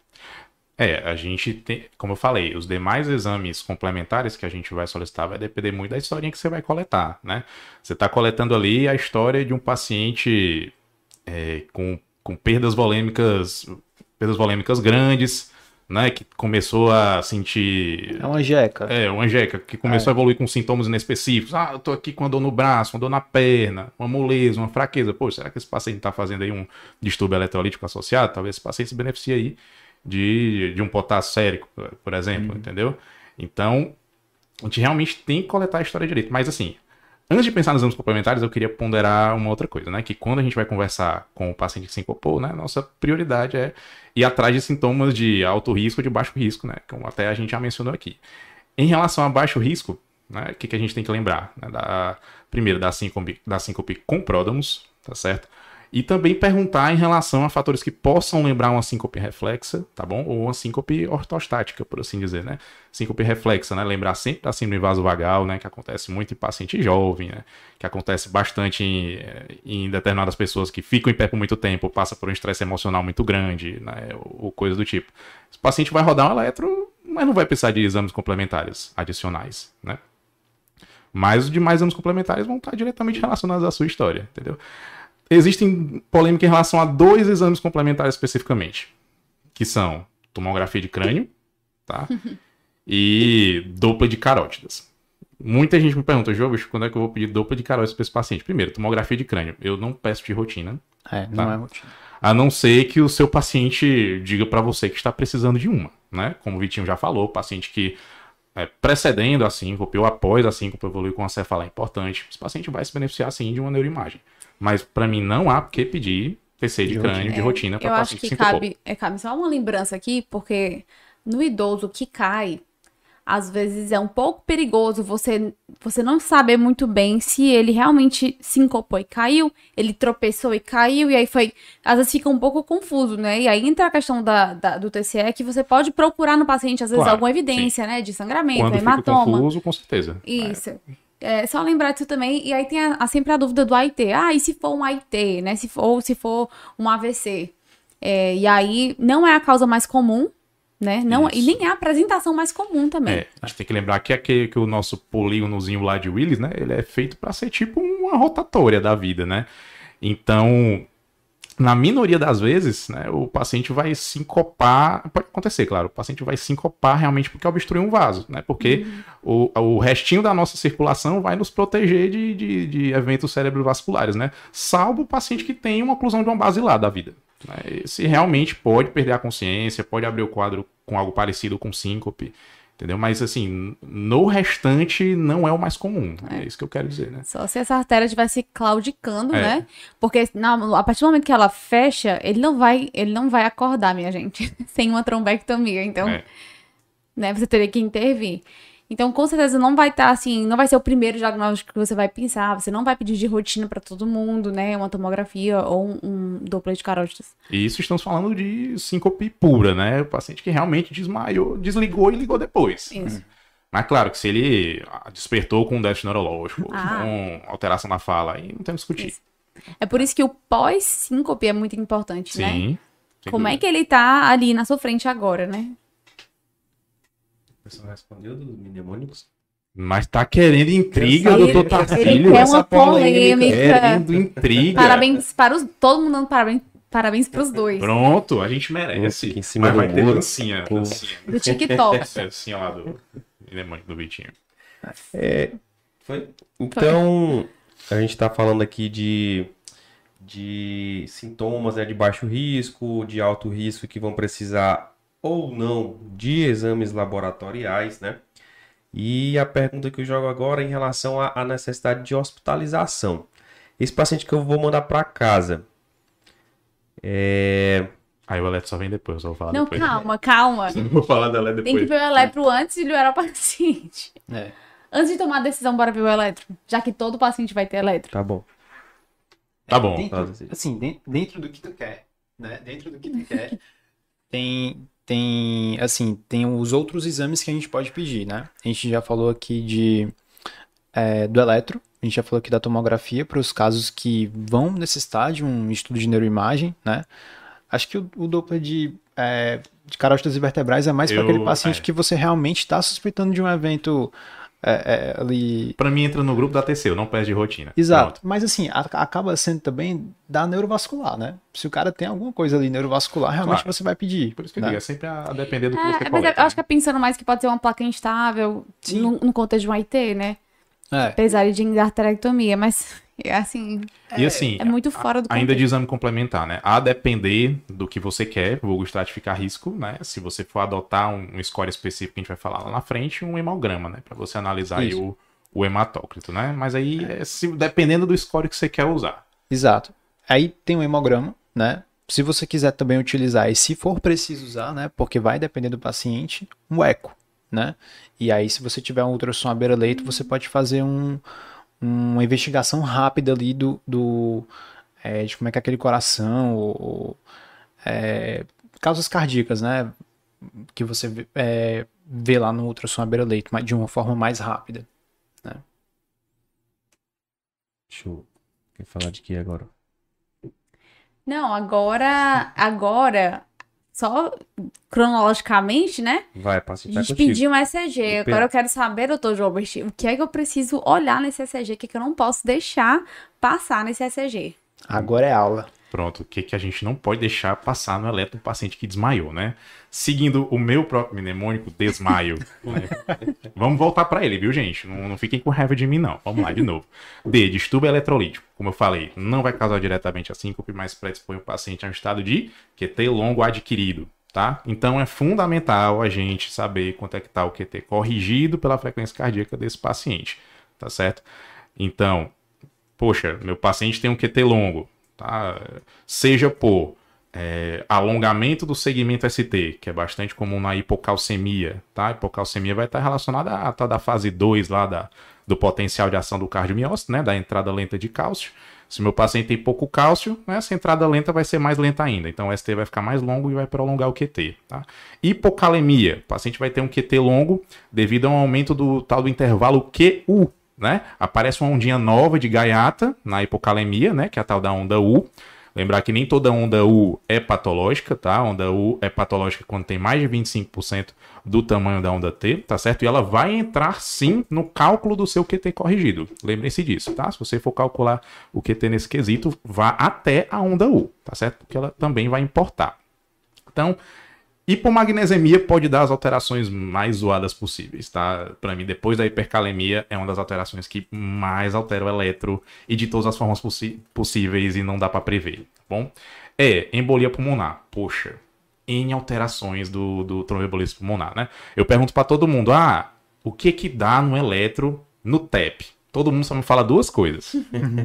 É, a gente tem, como eu falei, os demais exames complementares que a gente vai solicitar vai depender muito da historinha que você vai coletar, né? Você está coletando ali a história de um paciente é, com, com perdas volêmicas, perdas volêmicas grandes, né? Que começou a sentir é uma jeca. é, uma enjeca, que começou a evoluir com sintomas inespecíficos. Ah, eu tô aqui com a dor no braço, uma dor na perna, uma moleza, uma fraqueza. Pô, será que esse paciente tá fazendo aí um distúrbio eletrolítico associado? Talvez esse paciente se beneficie aí de, de um potássio sérico, por exemplo, entendeu? Então, a gente realmente tem que coletar a história direito. Mas assim, antes de pensar nos exames complementares, eu queria ponderar uma outra coisa, né? Que quando a gente vai conversar com o paciente que sincopou, né? Nossa prioridade é ir atrás de sintomas de alto risco ou de baixo risco, né? Como até a gente já mencionou aqui. Em relação a baixo risco, né? O que, que a gente tem que lembrar? Né? Da, primeiro, da síncope, da síncope com pródromos, tá certo? E também perguntar em relação a fatores que possam lembrar uma síncope reflexa, tá bom? Ou uma síncope ortostática, por assim dizer, né? Síncope reflexa, né? Lembrar sempre da síndrome vasovagal, né? Que acontece muito em paciente jovem, né? Que acontece bastante em, em determinadas pessoas que ficam em pé por muito tempo, passa por um estresse emocional muito grande, né? Ou, ou coisa do tipo. Esse paciente vai rodar um eletro, mas não vai precisar de exames complementares adicionais, né? Mas os demais exames complementares vão estar diretamente relacionados à sua história, entendeu? Existem polêmicas em relação a dois exames complementares especificamente, que são tomografia de crânio, tá? E dupla de carótidas. Muita gente me pergunta, Jogos, quando é que eu vou pedir dupla de carótidas para esse paciente? Primeiro, tomografia de crânio. Eu não peço de rotina, É, não Tá. é rotina. a não ser que o seu paciente diga para você que está precisando de uma, né? Como o Vitinho já falou, paciente que é, precedendo a síncope ou após a síncope evoluir com uma cefaleia importante, esse paciente vai se beneficiar sim de uma neuroimagem. Mas para mim não há por que pedir P C de, De crânio rotina. de rotina para Eu acho paciente que sincopou. cabe, é, cabe só uma lembrança aqui, porque no idoso que cai, às vezes é um pouco perigoso você, você não saber muito bem se ele realmente sincopou e caiu, ele tropeçou e caiu, e aí foi. Às vezes fica um pouco confuso, né? E aí entra a questão da, da- do T C E, que você pode procurar no paciente, às vezes, Claro, alguma evidência, né? De sangramento, Quando fica hematoma. confuso, com certeza. Isso. É, só lembrar disso também. E aí tem a- a- sempre a dúvida do A I T. Ah, e se for um A I T, né? Se for, ou se for um A V C. É, e aí não é a causa mais comum, né? Não, e Isso. nem é a apresentação mais comum também. É, a gente tem que lembrar que aquele que o nosso polígonozinho lá de Willis, né? Ele é feito para ser tipo uma rotatória da vida, né? Então, na minoria das vezes, né, o paciente vai sincopar, pode acontecer, claro, o paciente vai sincopar realmente porque obstrui um vaso, né? Porque o, o restinho da nossa circulação vai nos proteger de, de, de eventos cerebrovasculares, né? Salvo o paciente que tem uma oclusão de uma basilar da vida. Né? Esse realmente pode perder a consciência, pode abrir o quadro com algo parecido com síncope, Entendeu? Mas, assim, no restante não é o mais comum. É, é isso que eu quero dizer, né? Só se essa artéria estivesse claudicando, É. né? Porque na, a partir do momento que ela fecha, ele não vai, ele não vai acordar, minha gente, sem uma trombectomia. Então, É. né, você teria que intervir. Então, com certeza, não vai estar assim, não vai ser o primeiro diagnóstico que você vai pensar. Você não vai pedir de rotina para todo mundo, né? Uma tomografia ou um, um Doppler de carótidas. E isso estamos falando de síncope pura, né? O paciente que realmente desmaiou, desligou e ligou depois. Isso. Mas claro que se ele ah, despertou com um déficit neurológico, Ah. com alteração na fala, aí não tem o que discutir. Isso. É por isso que o pós-síncope é muito importante, né? Sim. sem Como é dúvida. que ele tá ali na sua frente agora, né? Você não respondeu dos mnemônicos? Mas tá querendo intriga, Ele- doutor Ele Tarcílio? quer essa uma polêmica. polêmica. Querendo intriga. Parabéns para os. Todo mundo dando parabéns, parabéns para os dois. Pronto, a gente merece. Aqui em cima Mas vai do ter muro. dancinha. Pô. dancinha. Do TikTok. Dancinha lá do mnemônico do Vitinho. É, foi? Então, a gente está falando aqui de, de sintomas, né, de baixo risco, de alto risco que vão precisar ou não de exames laboratoriais, né? E a pergunta que eu jogo agora é em relação à, à necessidade de hospitalização. Esse paciente que eu vou mandar para casa, é... Aí o eletro só vem depois, eu só vou falar Não, depois. calma, calma. Eu vou falar da eletro Tem que depois. ver o eletro antes de liberar o paciente. É. Antes de tomar a decisão, bora ver o eletro. Já que todo paciente vai ter eletro. Tá bom. Tá bom. Dentro, assim, den- dentro do que tu quer, né? Dentro do que tu quer, tem, tem, assim, tem os outros exames que a gente pode pedir, né? A gente já falou aqui de, é, do eletro, a gente já falou aqui da tomografia para os casos que vão necessitar de um estudo de neuroimagem, né? Acho que o, o Doppler de, é, de carótidas vertebrais é mais para Eu- um é. é. Tá Tá aquele paciente que você realmente está suspeitando de um evento é, é, ali. Pra mim entra no grupo da T C, eu não peço de rotina. Exato. Pronto. Mas assim, a- acaba sendo também da neurovascular, né? Se o cara tem alguma coisa ali neurovascular, realmente Claro. você vai pedir. Por isso que eu né? digo, é sempre a a depender do que É, você mas coleta. eu acho que é pensando mais que pode ser uma placa instável Sim. no, no contexto de um I T, né? É. Apesar de arterectomia, mas assim, E assim, é muito fora do ainda contexto. de exame complementar, né? A depender do que você quer, vou estratificar risco, né? Se você for adotar um, um score específico que a gente vai falar lá na frente, um hemograma, né? Pra você analisar aí Isso. o, o hematócrito, né? Mas aí, é se, dependendo do score que você quer usar. Exato. Aí tem o hemograma, né? Se você quiser também utilizar, e se for preciso usar, né? Porque vai depender do paciente, um eco, né? E aí, se você tiver um ultrassom à beira-leito, você pode fazer um, uma investigação rápida ali do, do é, de como é que é aquele coração, ou, ou, é, causas cardíacas, né? Que você vê, é, vê lá no ultrassom à beira-leito, mas de uma forma mais rápida. Deixa eu... Quer falar de que agora? Não, agora, agora, só cronologicamente, né? Vai, A paciente tá gente contigo. pediu um E C G. E Agora eu quero saber, doutor Jobert, o que é que eu preciso olhar nesse E C G, o que é que eu não posso deixar passar nesse E C G. Agora é aula. Pronto, o que, que a gente não pode deixar passar no eletro do paciente que desmaiou, né? Seguindo o meu próprio mnemônico, desmaio. né? Vamos voltar para ele, viu, gente? Não, não fiquem com raiva de mim, não. Vamos lá, de novo. D, distúrbio eletrolítico. Como eu falei, não vai causar diretamente a síncope, mas predispõe o paciente a um estado de Q T longo adquirido, tá? Então é fundamental a gente saber quanto é que tá o Q T corrigido pela frequência cardíaca desse paciente, tá certo? Então, poxa, meu paciente tem um Q T longo, tá? Seja por é, alongamento do segmento S T, que é bastante comum na hipocalcemia, tá? A hipocalcemia vai estar relacionada à tal da fase dois lá da, do potencial de ação do cardiomiócito, né? Da entrada lenta de cálcio. Se meu paciente tem pouco cálcio, né, essa entrada lenta vai ser mais lenta ainda. Então o S T vai ficar mais longo e vai prolongar o Q T. Tá? Hipocalemia. O paciente vai ter um Q T longo devido a um aumento do tal do intervalo Q U. Né? Aparece uma ondinha nova de gaiata na hipocalemia, né? Que é a tal da onda U. Lembrar que nem toda onda U é patológica, tá? A onda U é patológica quando tem mais de vinte e cinco por cento do tamanho da onda T, tá certo? E ela vai entrar, sim, no cálculo do seu Q T corrigido. Lembrem-se disso, tá? Se você for calcular o Q T nesse quesito, vá até a onda U, tá certo? Porque ela também vai importar. Então, hipomagnesemia pode dar as alterações mais zoadas possíveis, tá? Para mim, depois da hipercalemia, é uma das alterações que mais altera o eletro e de todas as formas possi- possíveis e não dá para prever, tá bom? É, embolia pulmonar. Poxa, N alterações do, do tromboembolismo pulmonar, né? Eu pergunto para todo mundo, ah, o que que dá no eletro no T E P? Todo mundo só me fala duas coisas.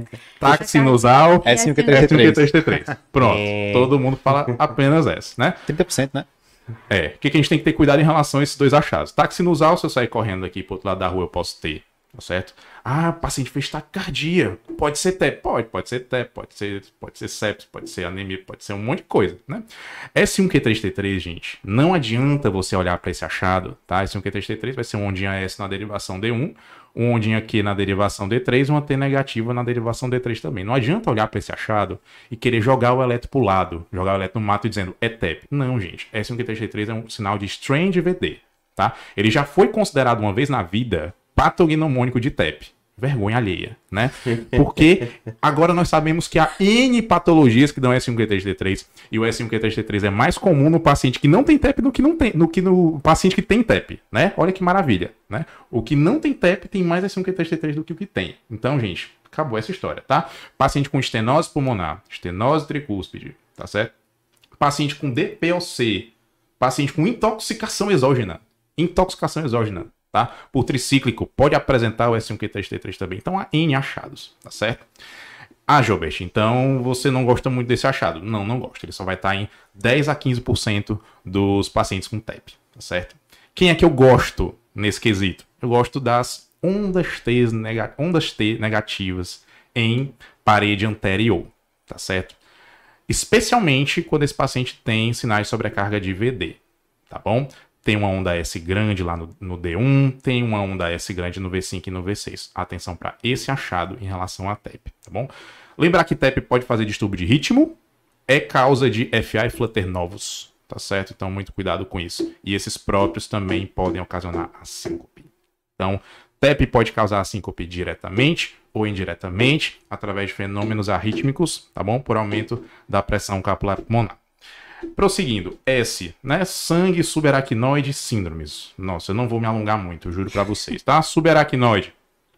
Táxi sinusal, S um Q S um Q três três T três. Pronto, É. todo mundo fala apenas essa, né? trinta por cento, né? É, o que, que a gente tem que ter cuidado em relação a esses dois achados? Táxi sinusal, se eu sair correndo aqui pro outro lado da rua, eu posso ter, tá certo? Ah, o paciente fez taquicardia. Pode ser T E P? Pode, pode ser T E P, pode ser, pode ser sepsis, pode ser anemia, pode ser um monte de coisa, né? S um Q três T três, gente, não adianta você olhar para esse achado, tá? S um Q três T três vai ser um ondinha S na derivação D um, um ondinha Q na derivação D três e uma T negativa na derivação D três também. Não adianta olhar para esse achado e querer jogar o eletro pro lado, jogar o eletro no mato e dizendo é T E P. Não, gente. S um Q três T três é um sinal de Strange V D, tá? Ele já foi considerado uma vez na vida patognomônico de T E P. Vergonha alheia, né? Porque agora nós sabemos que há N patologias que dão S um Q três T três e o S um Q três T três é mais comum no paciente que não tem T E P do que, não tem, do que no paciente que tem T E P, né? Olha que maravilha, né? O que não tem T E P tem mais S um Q três T três do que o que tem. Então, gente, acabou essa história, tá? Paciente com estenose pulmonar, estenose tricúspide, tá certo? Paciente com D P O C, paciente com intoxicação exógena, intoxicação exógena, tá? Por tricíclico, pode apresentar o S um Q três T três também. Então, há N achados, tá certo? Ah, Gilbert, então você não gosta muito desse achado? Não, não gosto. Ele só vai estar em dez a quinze por cento dos pacientes com T E P, tá certo? Quem é que eu gosto nesse quesito? Eu gosto das ondas T, nega... ondas T negativas em parede anterior, tá certo? Especialmente quando esse paciente tem sinais de sobrecarga de V D, tá bom? Tem uma onda S grande lá no, no D um, tem uma onda S grande no V cinco e no V seis. Atenção para esse achado em relação à T E P, tá bom? Lembrar que T E P pode fazer distúrbio de ritmo, é causa de F A e flutter novos, tá certo? Então, muito cuidado com isso. E esses próprios também podem ocasionar a síncope. Então, T E P pode causar a síncope diretamente ou indiretamente, através de fenômenos arrítmicos, tá bom? Por aumento da pressão capilar pulmonar. Prosseguindo, S, né? Sangue subaracnoide síndromes. Nossa, eu não vou me alongar muito, eu juro pra vocês, tá? Subaracnoide,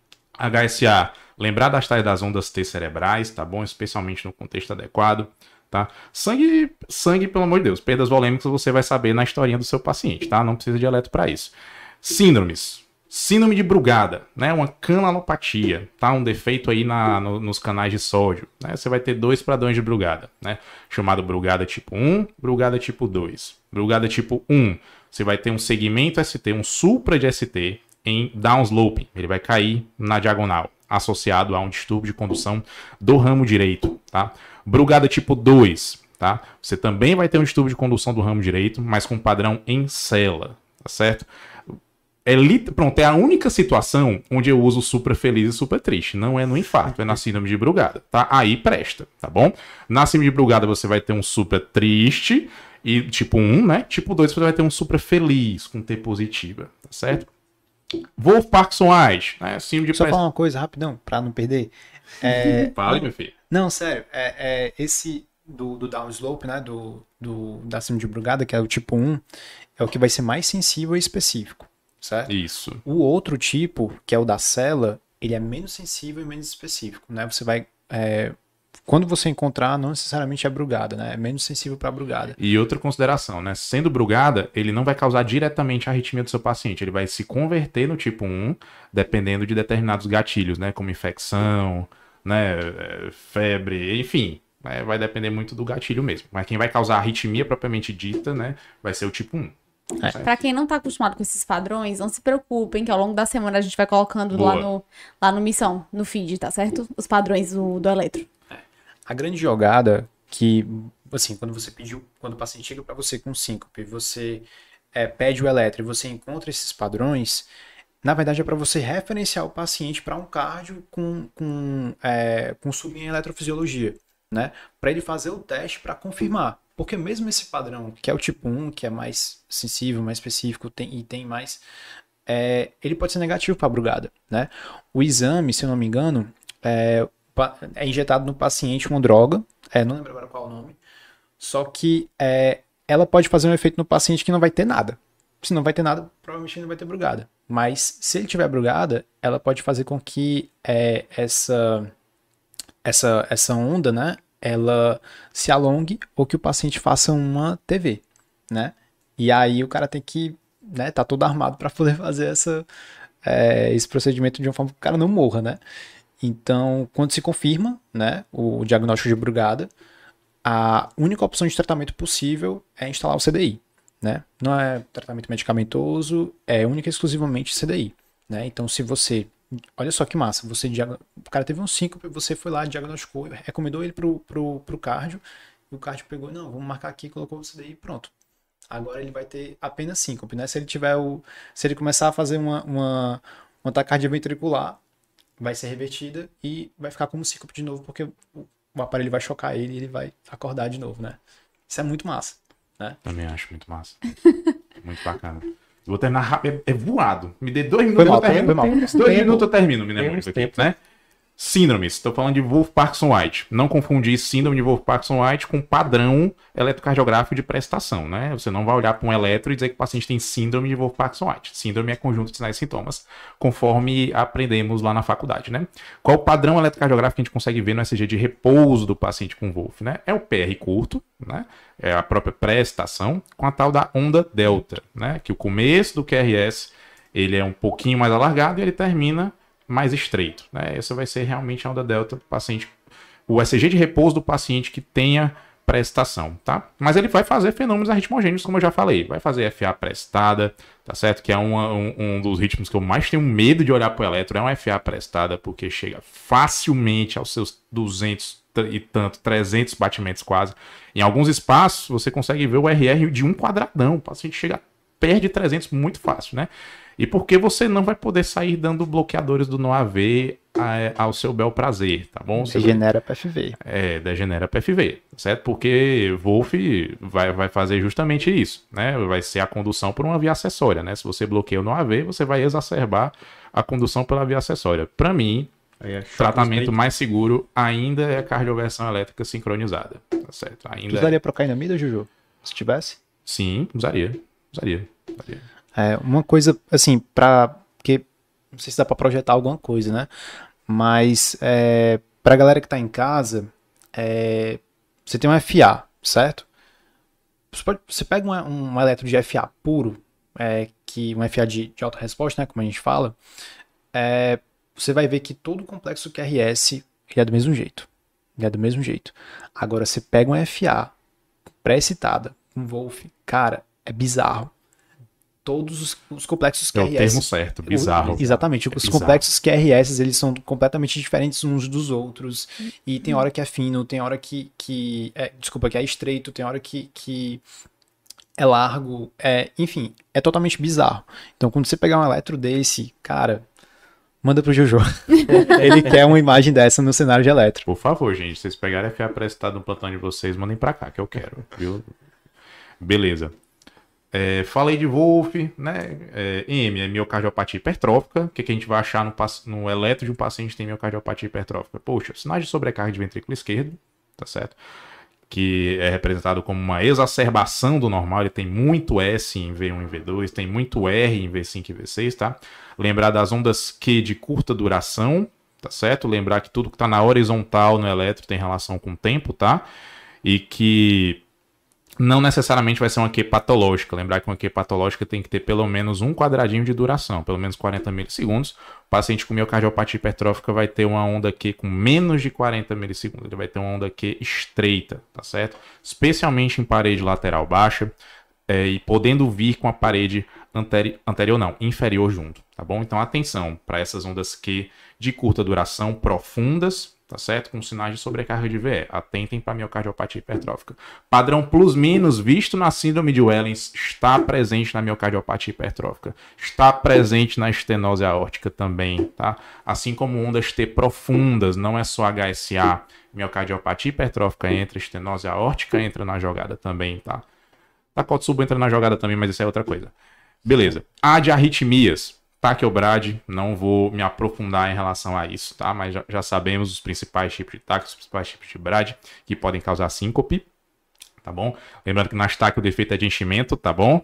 H S A, lembrar das tais das ondas T cerebrais, tá bom? Especialmente no contexto adequado, tá? Sangue, sangue, pelo amor de Deus, perdas volêmicas você vai saber na historinha do seu paciente, tá? Não precisa de eletro pra isso. Síndromes. Síndrome de Brugada, né? Uma canalopatia, tá? Um defeito aí na, no, nos canais de sódio, né? Você vai ter dois padrões de Brugada, né? Chamado Brugada tipo um, Brugada tipo dois. Brugada tipo um, você vai ter um segmento S T, um supra de S T em downsloping. Ele vai cair na diagonal, associado a um distúrbio de condução do ramo direito, tá? Brugada tipo dois, tá? Você também vai ter um distúrbio de condução do ramo direito, mas com padrão em célula, tá certo? É, pronto, é a única situação onde eu uso supra feliz e supra triste. Não é no infarto, é na síndrome de Brugada, tá? Aí presta, tá bom? Na síndrome de Brugada você vai ter um supra triste, e tipo um, né? Tipo dois você vai ter um supra feliz, com T positiva, tá certo? Wolff Parkinson-White, né? Síndrome de Só press... falar uma coisa rapidão, pra não perder. É... Fale, meu filho. Não, sério, é, é esse do, do downslope, né? Do, do, da síndrome de Brugada, que é o tipo um, é o que vai ser mais sensível e específico. Certo? Isso. O outro tipo, que é o da célula, ele é menos sensível e menos específico, né? Você vai, é, quando você encontrar, não necessariamente é Brugada, né? É menos sensível para Brugada. E outra consideração, né? Sendo Brugada, ele não vai causar diretamente a arritmia do seu paciente, ele vai se converter no tipo um, dependendo de determinados gatilhos, né? Como infecção, né? Febre, enfim, né? Vai depender muito do gatilho mesmo. Mas quem vai causar a arritmia propriamente dita, né? Vai ser o tipo um. É. Pra quem não tá acostumado com esses padrões, não se preocupem que ao longo da semana a gente vai colocando lá no, lá no Missão, no feed, tá certo? Os padrões do, do eletro. É. A grande jogada que, assim, quando você pediu, quando o paciente chega pra você com síncope, você é, pede o eletro e você encontra esses padrões, na verdade é para você referenciar o paciente para um cardio com, com, é, com sub em eletrofisiologia, né? Para ele fazer o teste para confirmar. Porque mesmo esse padrão, que é o tipo um, que é mais sensível, mais específico tem, e tem mais, é, ele pode ser negativo para a Brugada, né? O exame, se eu não me engano, é, é injetado no paciente uma droga, é, não lembro agora qual é o nome, só que é, ela pode fazer um efeito no paciente que não vai ter nada. Se não vai ter nada, provavelmente não vai ter Brugada. Mas se ele tiver Brugada, ela pode fazer com que é, essa, essa, essa onda, né? Ela se alongue ou que o paciente faça uma T V, né? E aí o cara tem que, né, tá todo armado para poder fazer essa, é, esse procedimento de uma forma que o cara não morra, né? Então, quando se confirma, né, o diagnóstico de Brugada, a única opção de tratamento possível é instalar o C D I, né? Não é tratamento medicamentoso, é única e exclusivamente C D I, né? Então, se você... Olha só que massa, você diag... o cara teve um síncope, você foi lá, diagnosticou, recomendou ele pro, pro, pro cardio, e o cardio pegou, não, vamos marcar aqui, colocou o C D I e pronto. Agora ele vai ter apenas síncope, né? Se ele tiver o... Se ele começar a fazer uma, uma, uma taquicardia ventricular, vai ser revertida e vai ficar como síncope de novo, porque o, o aparelho vai chocar ele e ele vai acordar de novo, né? Isso é muito massa, né? Também acho muito massa. Muito bacana. Vou terminar rápido. É, é voado. Me dê dois Foi minutos mal, eu termino. foi mal. Dois tempo. minutos eu termino, me lembro. Temos Aqui, tempo. né? Síndromes. Estou falando de Wolff-Parkinson-White. Não confundir síndrome de Wolff-Parkinson-White com padrão eletrocardiográfico de prestação, né? Você não vai olhar para um eletro e dizer que o paciente tem síndrome de Wolff-Parkinson-White. Síndrome é conjunto de sinais e sintomas, conforme aprendemos lá na faculdade, né? Qual o padrão eletrocardiográfico que a gente consegue ver no E C G de repouso do paciente com Wolff, né? É o P R curto, né? É a própria pré-estação, com a tal da onda delta, né? Que o começo do Q R S ele é um pouquinho mais alargado e ele termina mais estreito, né? Essa vai ser realmente a onda delta do paciente, o E C G de repouso do paciente que tenha pré-estação, tá? Mas ele vai fazer fenômenos arritmogênicos, como eu já falei, vai fazer F A prestada, tá certo? Que é uma, um, um dos ritmos que eu mais tenho medo de olhar pro eletro, é uma F A prestada, porque chega facilmente aos seus duzentos e tanto, trezentos batimentos quase. Em alguns espaços, você consegue ver o R R de um quadradão, o paciente chega perto de trezentos muito fácil, né? E porque você não vai poder sair dando bloqueadores do NoAV ao seu bel prazer, tá bom? Você Degenera P F V. É, degenera P F V, certo? Porque Wolff vai, vai fazer justamente isso, né? Vai ser a condução por uma via acessória, né? Se você bloqueia o NoAV, você vai exacerbar a condução pela via acessória. Para mim, Aí é o tratamento mais seguro ainda é a cardioversão elétrica sincronizada, tá certo? Tu Ainda usaria procainamida, Juju? Se tivesse? Sim, usaria, usaria, usaria. É, uma coisa, assim, pra... Porque não sei se dá pra projetar alguma coisa, né? Mas é, pra galera que tá em casa, é, você tem um F A, certo? Você, pode, você pega um, um eletro de F A puro, é, que um F A de, de alta resposta, né? Como a gente fala, é, você vai ver que todo o complexo Q R S ele é do mesmo jeito. Ele é do mesmo jeito. Agora, você pega um F A pré-excitada, um Wolff, cara, é bizarro. Todos os, os complexos Q R S... É o termo certo, bizarro. O, exatamente. É os bizarro. complexos Q R S, eles são completamente diferentes uns dos outros. E tem hora que é fino, tem hora que... que é, desculpa, que é estreito, tem hora que, que é largo. É, enfim, é totalmente bizarro. Então, quando você pegar um eletro desse, cara, manda pro Jojo. Ele quer uma imagem dessa no cenário de eletro. Por favor, gente, se vocês pegarem F A prestado no plantão de vocês, mandem pra cá, que eu quero, viu? Beleza. É, falei de Wolff, né? É, M é miocardiopatia hipertrófica. O que, que a gente vai achar no, no eletro de um paciente que tem miocardiopatia hipertrófica? Poxa, sinais de sobrecarga de ventrículo esquerdo, tá certo? Que é representado como uma exacerbação do normal. Ele tem muito S em V um e V dois, tem muito R em V cinco e V seis, tá? Lembrar das ondas Q de curta duração, tá certo? Lembrar que tudo que tá na horizontal no eletro tem relação com o tempo, tá? E que não necessariamente vai ser uma Q patológica. Lembrar que uma Q patológica tem que ter pelo menos um quadradinho de duração, pelo menos quarenta milissegundos. O paciente com miocardiopatia hipertrófica vai ter uma onda Q com menos de quarenta milissegundos. Ele vai ter uma onda Q estreita, tá certo? Especialmente em parede lateral baixa é, e podendo vir com a parede anteri- anterior, não, inferior junto, tá bom? Então atenção para essas ondas Q de curta duração profundas, tá certo? Com sinais de sobrecarga de V E. Atentem para a miocardiopatia hipertrófica. Padrão plus-minus visto na síndrome de Wellens está presente na miocardiopatia hipertrófica. Está presente na estenose aórtica também, tá? Assim como ondas T profundas, não é só H S A. Miocardiopatia hipertrófica entra, estenose aórtica entra na jogada também, tá? Takotsubo entra na jogada também, mas isso é outra coisa. Beleza. A de arritmias. Taquiobrad, não vou me aprofundar em relação a isso, tá? Mas já, já sabemos os principais tipos de taque, os principais tipos de brad que podem causar síncope, tá bom? Lembrando que nas taque o defeito é de enchimento, tá bom?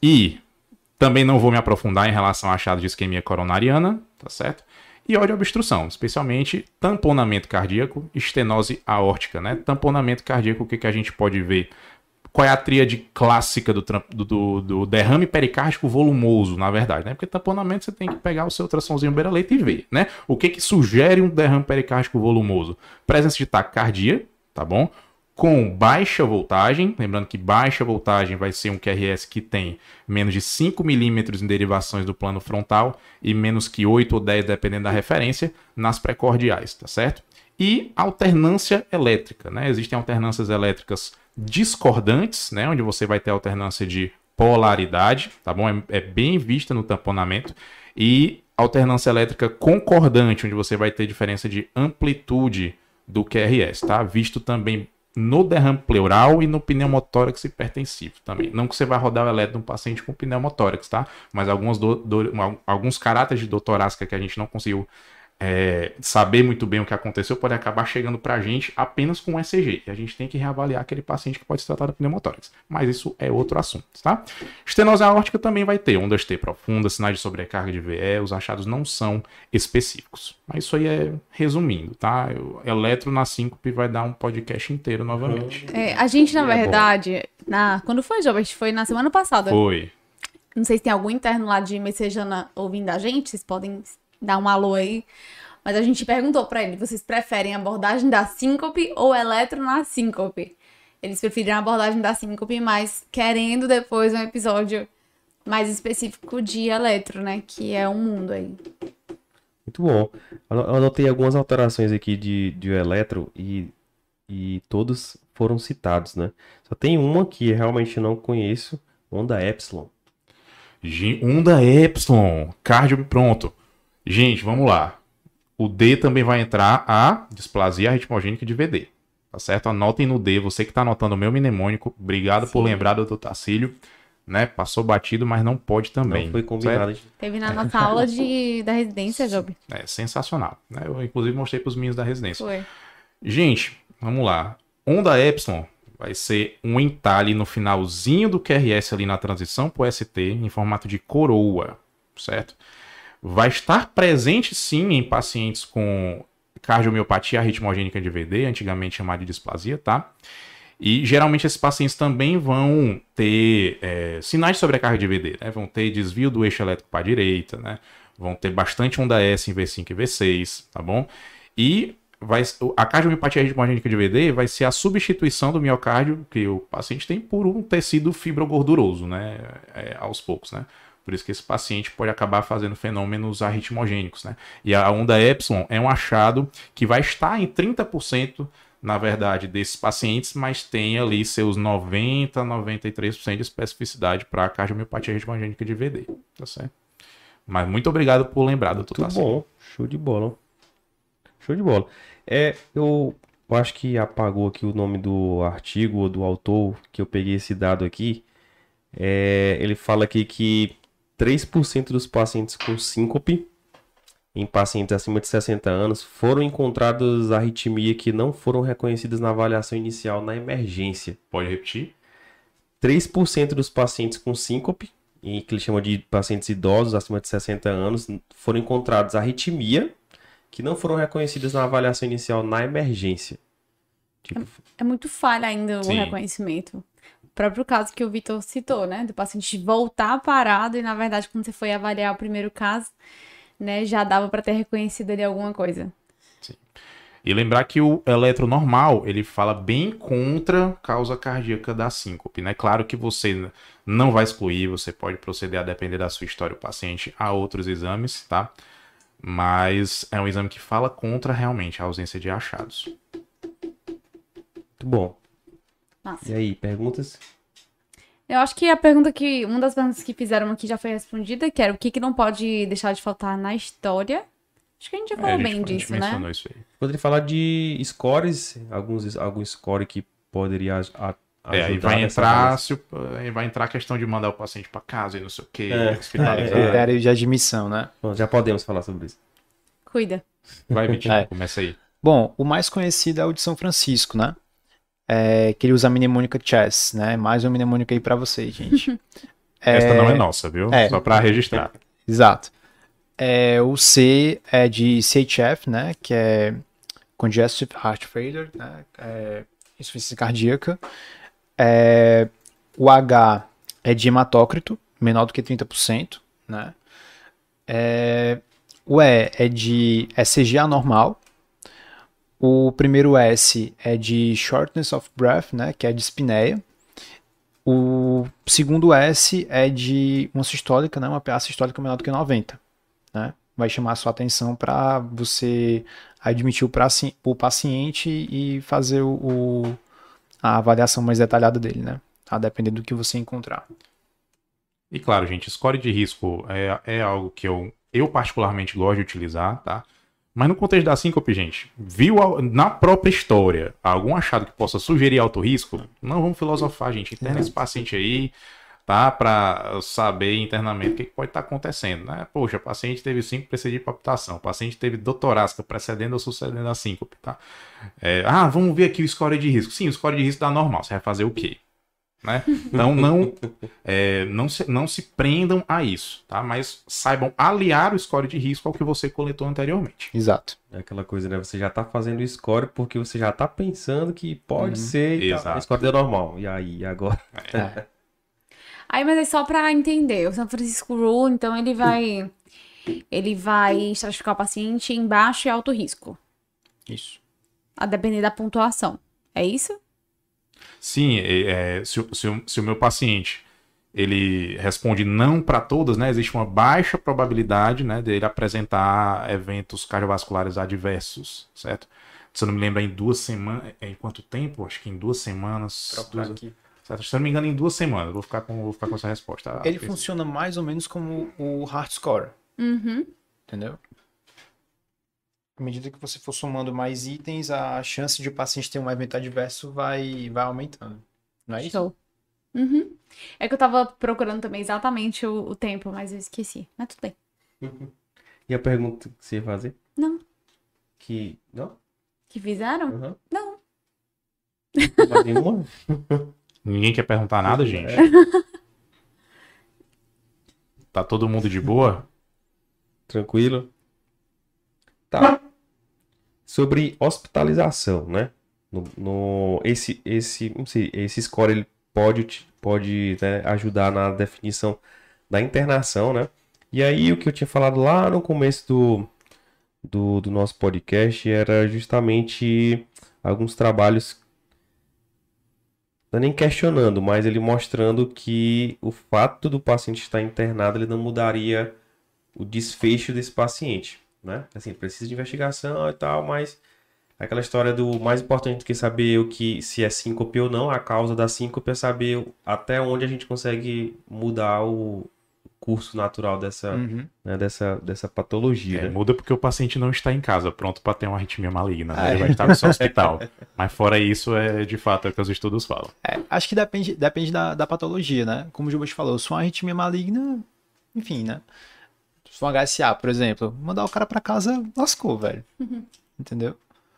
E também não vou me aprofundar em relação a achado de isquemia coronariana, tá certo? E ódio obstrução, especialmente tamponamento cardíaco, estenose aórtica, né? Tamponamento cardíaco, o que, que a gente pode ver qual é a tríade clássica do, do, do, do derrame pericárdico volumoso, na verdade, né? Porque tamponamento você tem que pegar o seu ultrassomzinho beira-leito e ver, né? O que que sugere um derrame pericárdico volumoso? Presença de taquicardia, tá bom? Com baixa voltagem, lembrando que baixa voltagem vai ser um Q R S que tem menos de cinco milímetros em derivações do plano frontal e menos que oito ou dez, dependendo da referência, nas precordiais, tá certo? E alternância elétrica, né? Existem alternâncias elétricas discordantes, né? Onde você vai ter alternância de polaridade, tá bom? É, é bem vista no tamponamento. E alternância elétrica concordante, onde você vai ter diferença de amplitude do Q R S, tá? Visto também no derrame pleural e no pneumotórax hipertensivo também. Não que você vai rodar o eletro de um paciente com pneumotórax, tá? Mas algumas do, do, alguns caráteres de dor torácica que a gente não conseguiu É, saber muito bem o que aconteceu pode acabar chegando pra gente apenas com um E C G. E a gente tem que reavaliar aquele paciente que pode se tratar de pneumotórax. Mas isso é outro assunto, tá? Estenose aórtica também vai ter ondas T profundas, sinais de sobrecarga de V E. Os achados não são específicos. Mas isso aí é resumindo, tá? O eletro na síncope vai dar um podcast inteiro novamente. É, a gente, na É verdade, na... quando foi, Jobert? Foi na semana passada. Foi. Não sei se tem algum interno lá de Messejana ouvindo a gente, vocês podem dar um alô aí. Mas a gente perguntou pra ele, vocês preferem a abordagem da síncope ou eletro na síncope? Eles preferiram a abordagem da síncope, mas querendo depois um episódio mais específico de eletro, né? Que é um mundo aí. Muito bom. Eu anotei algumas alterações aqui de, de eletro e, e todos foram citados, né? Só tem uma que eu realmente não conheço, onda Epsilon. Onda Epsilon, cardio pronto. Gente, vamos lá. O D também vai entrar a displasia arritmogênica de V D. Tá certo? Anotem no D. Você que tá anotando o meu mnemônico, obrigado Sim. por lembrar, doutor Tacílio. Né? Passou batido, mas não pode também. Não foi combinado. Certo? Teve na nossa aula de, da residência, Job. É sensacional. Né? Eu, inclusive, mostrei pros meninos da residência. Foi. Gente, vamos lá. Onda Epsilon vai ser um entalhe no finalzinho do Q R S ali na transição pro S T, em formato de coroa. Certo? Vai estar presente sim em pacientes com cardiomiopatia arritmogênica de V D, antigamente chamada de displasia, tá? E geralmente esses pacientes também vão ter é, sinais de sobrecarga de V D, né? Vão ter desvio do eixo elétrico para a direita, né? Vão ter bastante onda S em V cinco e V seis, tá bom? E vai, a cardiomiopatia arritmogênica de V D vai ser a substituição do miocárdio que o paciente tem por um tecido fibrogorduroso, né? É, aos poucos, né? Por isso que esse paciente pode acabar fazendo fenômenos arritmogênicos, né? E a onda Epsilon é um achado que vai estar em trinta por cento, na verdade, desses pacientes, mas tem ali seus noventa, noventa e três por cento de especificidade para a cardiomiopatia arritmogênica de V D, tá certo? Mas muito obrigado por lembrar, doutor Muito bom, show de bola. Show de bola. É, eu, eu acho que apagou aqui o nome do artigo ou do autor que eu peguei esse dado aqui. É, ele fala aqui que três por cento dos pacientes com síncope, em pacientes acima de sessenta anos, foram encontrados arritmia que não foram reconhecidas na avaliação inicial na emergência. Pode repetir? três por cento dos pacientes com síncope, e que ele chama de pacientes idosos acima de sessenta anos, foram encontrados arritmia que não foram reconhecidas na avaliação inicial na emergência. Tipo... É, é muito falha ainda o Sim. reconhecimento. O próprio caso que o Vitor citou, né? Do paciente voltar parado e, na verdade, quando você foi avaliar o primeiro caso, né, já dava para ter reconhecido ali alguma coisa. Sim. E lembrar que o eletro normal, ele fala bem contra a causa cardíaca da síncope, né? Claro que você não vai excluir, você pode proceder a depender da sua história do paciente a outros exames, tá? Mas é um exame que fala contra realmente a ausência de achados. Muito bom. Nossa. E aí, perguntas? Eu acho que a pergunta que... Uma das perguntas que fizeram aqui já foi respondida, que era o que, que não pode deixar de faltar na história. Acho que a gente já falou é, a gente, bem a gente disso, mencionou né? Isso aí. Poderia falar de scores, alguns, algum score que poderia a, a É, aí vai entrar, se o, aí vai entrar a questão de mandar o paciente para casa e não sei o que, É. hospitalizar. É, critério de admissão, né? Bom, já podemos falar sobre isso. Cuida. Vai, Vitinho, É. começa aí. Bom, o mais conhecido é o de São Francisco, né? É, que ele usa a mnemônica Chess, né? Mais uma mnemônica aí pra vocês, gente. Essa não é nossa, viu? é. Só para registrar. Exato. É, o C é de C H F, né? Que é Congestive Heart Failure, né? É, insuficiência cardíaca. É, o H é de hematócrito, menor do que trinta por cento, né? É, o E é de E C G anormal. O primeiro S é de shortness of breath, né? Que é dispneia. O segundo S é de uma sistólica, né? Uma P A sistólica menor do que noventa, né? Vai chamar a sua atenção para você admitir o, praci- o paciente e fazer o, o- a avaliação mais detalhada dele, né? A depender do que você encontrar. E claro, gente, score de risco é, é algo que eu, eu particularmente gosto de utilizar, tá? Mas no contexto da síncope, gente, viu a- na própria história algum achado que possa sugerir alto risco? Não vamos filosofar, gente. Interna esse paciente aí, tá? Pra saber internamente o que que pode estar acontecendo, né? Poxa, o paciente teve síncope precedente de palpitação, o paciente teve dor torácica precedendo ou sucedendo a síncope, tá? É, ah, vamos ver aqui o score de risco. Sim, o score de risco dá normal. Você vai fazer o quê? Né? Então não, é, não, se, não se prendam a isso, tá? Mas saibam aliar o score de risco ao que você coletou anteriormente. Exato. É aquela coisa, né? Você já tá fazendo o score porque você já tá pensando que pode Uhum. ser e tal. Exato. O score deu normal. E aí, agora? É. Aí, mas é só pra entender. O San Francisco Rule, então, ele vai... Ele vai estratificar o paciente em baixo e alto risco. Isso. A depender da pontuação. É isso? Sim, é, é, se, o- se, o- se o meu paciente ele responde não para todas, né? Existe uma baixa probabilidade, né, dele apresentar eventos cardiovasculares adversos, certo? Se eu não me lembro, é em duas semanas. Em quanto tempo? Acho que em duas semanas. Procurar Duas, aqui. certo? Se eu não me engano, em duas semanas. Vou ficar com, vou ficar com essa resposta. Ele funciona mais ou menos como o Heart Score, Uhum. entendeu? À medida que você for somando mais itens, a chance de o paciente ter um evento adverso vai, vai aumentando. Não é isso? Show. Uhum. É que eu tava procurando também exatamente o, o tempo, mas eu esqueci. Mas tudo bem. E a pergunta que você ia fazer? Não. Que. Não? Que fizeram? Uhum. Não. Mais nenhuma? Ninguém quer perguntar nada, gente? É. Tá todo mundo de boa? Tranquilo? Tá. Sobre hospitalização, né? No, no- esse, esse, não sei, esse score ele pode, te- pode né, ajudar na definição da internação, né? E aí o que eu tinha falado lá no começo do, do, do nosso podcast era justamente alguns trabalhos, não é nem questionando, mas ele mostrando que o fato do paciente estar internado ele não mudaria o desfecho desse paciente, né? Assim, precisa de investigação e tal, mas aquela história do mais importante do que saber o que se é síncope ou não, a causa da síncope é saber até onde a gente consegue mudar o curso natural dessa, Uhum. né, dessa, dessa patologia, É, né? muda porque o paciente não está em casa, pronto para ter uma arritmia maligna. Né? Ah, Ele é. vai estar no seu hospital. Mas fora isso, é de fato é o que os estudos falam. É, acho que depende, depende da, da patologia, né? Como o Jubas falou, se for uma arritmia maligna, enfim, né? Se for um H S A, por exemplo, mandar o cara pra casa, lascou, velho. Entendeu?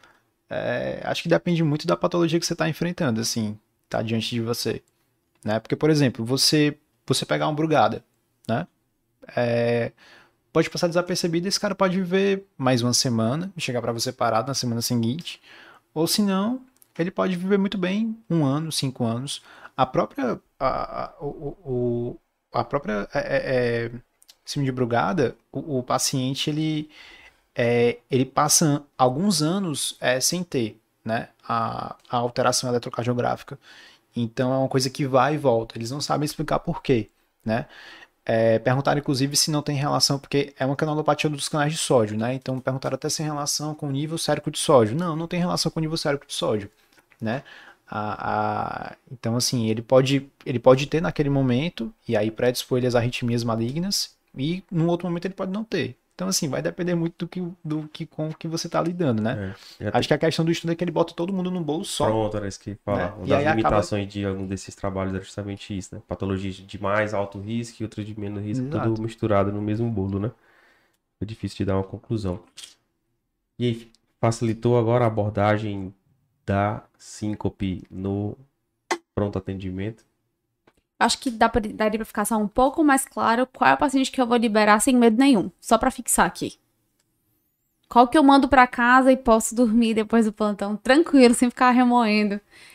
É, acho que depende muito da patologia que você tá enfrentando, assim, tá diante de você, né? Porque, por exemplo, você, você pegar uma brugada, né? É, pode passar desapercebido e esse cara pode viver mais uma semana e chegar pra você parado na semana seguinte. Ou se não, ele pode viver muito bem um ano, cinco anos. A própria, a, a, o, o- a própria é, é, é, síndrome de Brugada, o, o paciente ele, é, ele passa alguns anos é, sem ter, né, a, a alteração eletrocardiográfica. Então é uma coisa que vai e volta. Eles não sabem explicar por quê, né? É, perguntaram, inclusive, se não tem relação, porque é uma canalopatia dos canais de sódio, né? Então perguntaram até se tem relação com o nível sérico de sódio. Não, não tem relação com o nível sérico de sódio, né? A, a- então, assim, ele pode, ele pode ter naquele momento, e aí predispor ele às arritmias malignas, e num outro momento ele pode não ter. Então, assim, vai depender muito do que, do que com o que você está lidando, né? É, já Acho que a questão do estudo é que ele bota todo mundo no bolso só. Pronto, era isso que fala. né? Uma E das aí acaba- limitações de algum desses trabalhos era justamente isso, né? Patologias de mais alto risco e outras de menos risco, Exato. tudo misturado no mesmo bolo, né? É difícil de dar uma conclusão. E aí, facilitou agora a abordagem da síncope no pronto atendimento? Acho que dá pra, daria pra ficar só um pouco mais claro qual é o paciente que eu vou liberar sem medo nenhum. Só pra fixar aqui. Qual que eu mando pra casa e posso dormir depois do plantão tranquilo, sem ficar remoendo.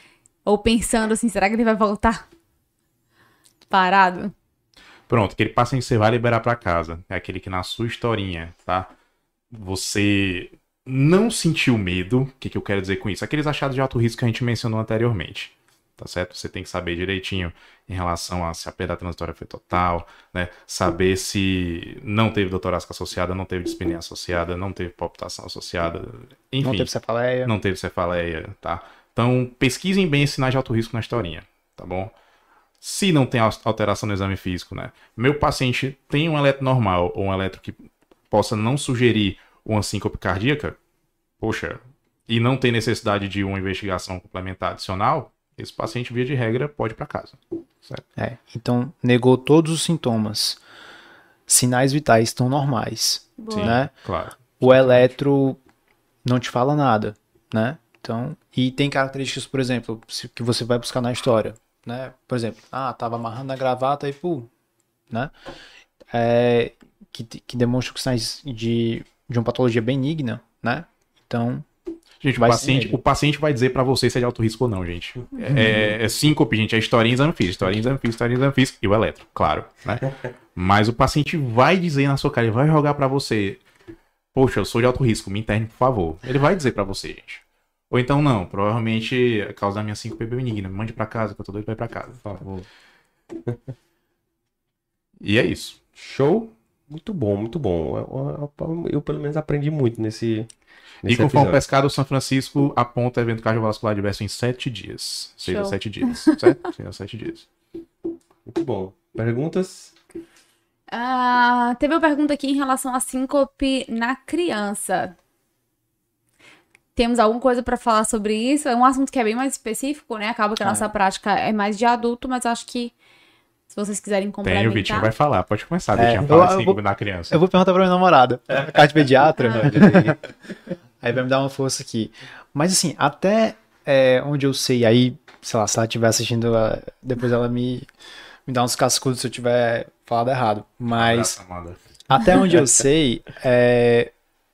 Ou pensando assim, será que ele vai voltar? Parado? Pronto, aquele paciente que você vai liberar para casa. É aquele que na sua historinha, tá? Você não sentiu medo. O que, que eu quero dizer com isso? Aqueles achados de alto risco que a gente mencionou anteriormente. Tá certo? Você tem que saber direitinho em relação a se a perda transitória foi total, né? Saber se não teve dor torácica associada, não teve dispneia associada, não teve palpitação associada, enfim. Não teve cefaleia. Não teve cefaleia, tá? Então, pesquisem bem esses sinais de alto risco na historinha, tá bom? Se não tem alteração no exame físico, né? Meu paciente tem um eletro normal ou um eletro que possa não sugerir uma síncope cardíaca, poxa, e não tem necessidade de uma investigação complementar adicional, esse paciente, via de regra, pode ir para casa. Certo? É, então, negou todos os sintomas. Sinais vitais estão normais, Boa. né? Claro. O eletro não te fala nada, né? Então, e tem características, por exemplo, que você vai buscar na história, né? Por exemplo, ah, tava amarrando a gravata e pum, né? É, que, que demonstra sinais de, de uma patologia benigna, né? Então, gente, o vai paciente, o paciente vai dizer pra você se é de alto risco ou não, gente. É, é síncope, gente, é historinha em exame físico, historinha em exame físico, historinha em exame físico e o eletro, claro, né? Mas o paciente vai dizer na sua cara, ele vai jogar pra você, poxa, eu sou de alto risco, me interne, por favor. Ele vai dizer pra você, gente. Ou então não, provavelmente a causa da minha síncope é benigna, me mande pra casa, que eu tô doido pra ir pra casa. Por favor. E é isso. Show? Muito bom, muito bom. Eu, eu, eu, pelo menos aprendi muito nesse, nesse E conforme episódio. pescado, o São Francisco aponta evento cardiovascular diverso em sete dias. Seis a Show. sete dias, certo? Seis a sete dias. Muito bom. Perguntas? Ah, teve uma pergunta aqui em relação à síncope na criança. Temos alguma coisa para falar sobre isso? É um assunto que é bem mais específico, né? Acaba que a nossa É. prática é mais de adulto, mas acho que se vocês quiserem Tem, complementar... o Vitinho vai falar. Pode começar, É, Vitinho. eu- Fala eu assim vou- na criança. eu vou perguntar pra minha namorada, a carta de pediatra, Ah. aí vai me dar uma força aqui. Mas assim, até é, onde eu sei, aí, sei lá, se ela estiver assistindo, ela- depois ela me, me dá uns cascudos se eu tiver falado errado. Mas... Abraço, Amanda. Até onde eu sei, é,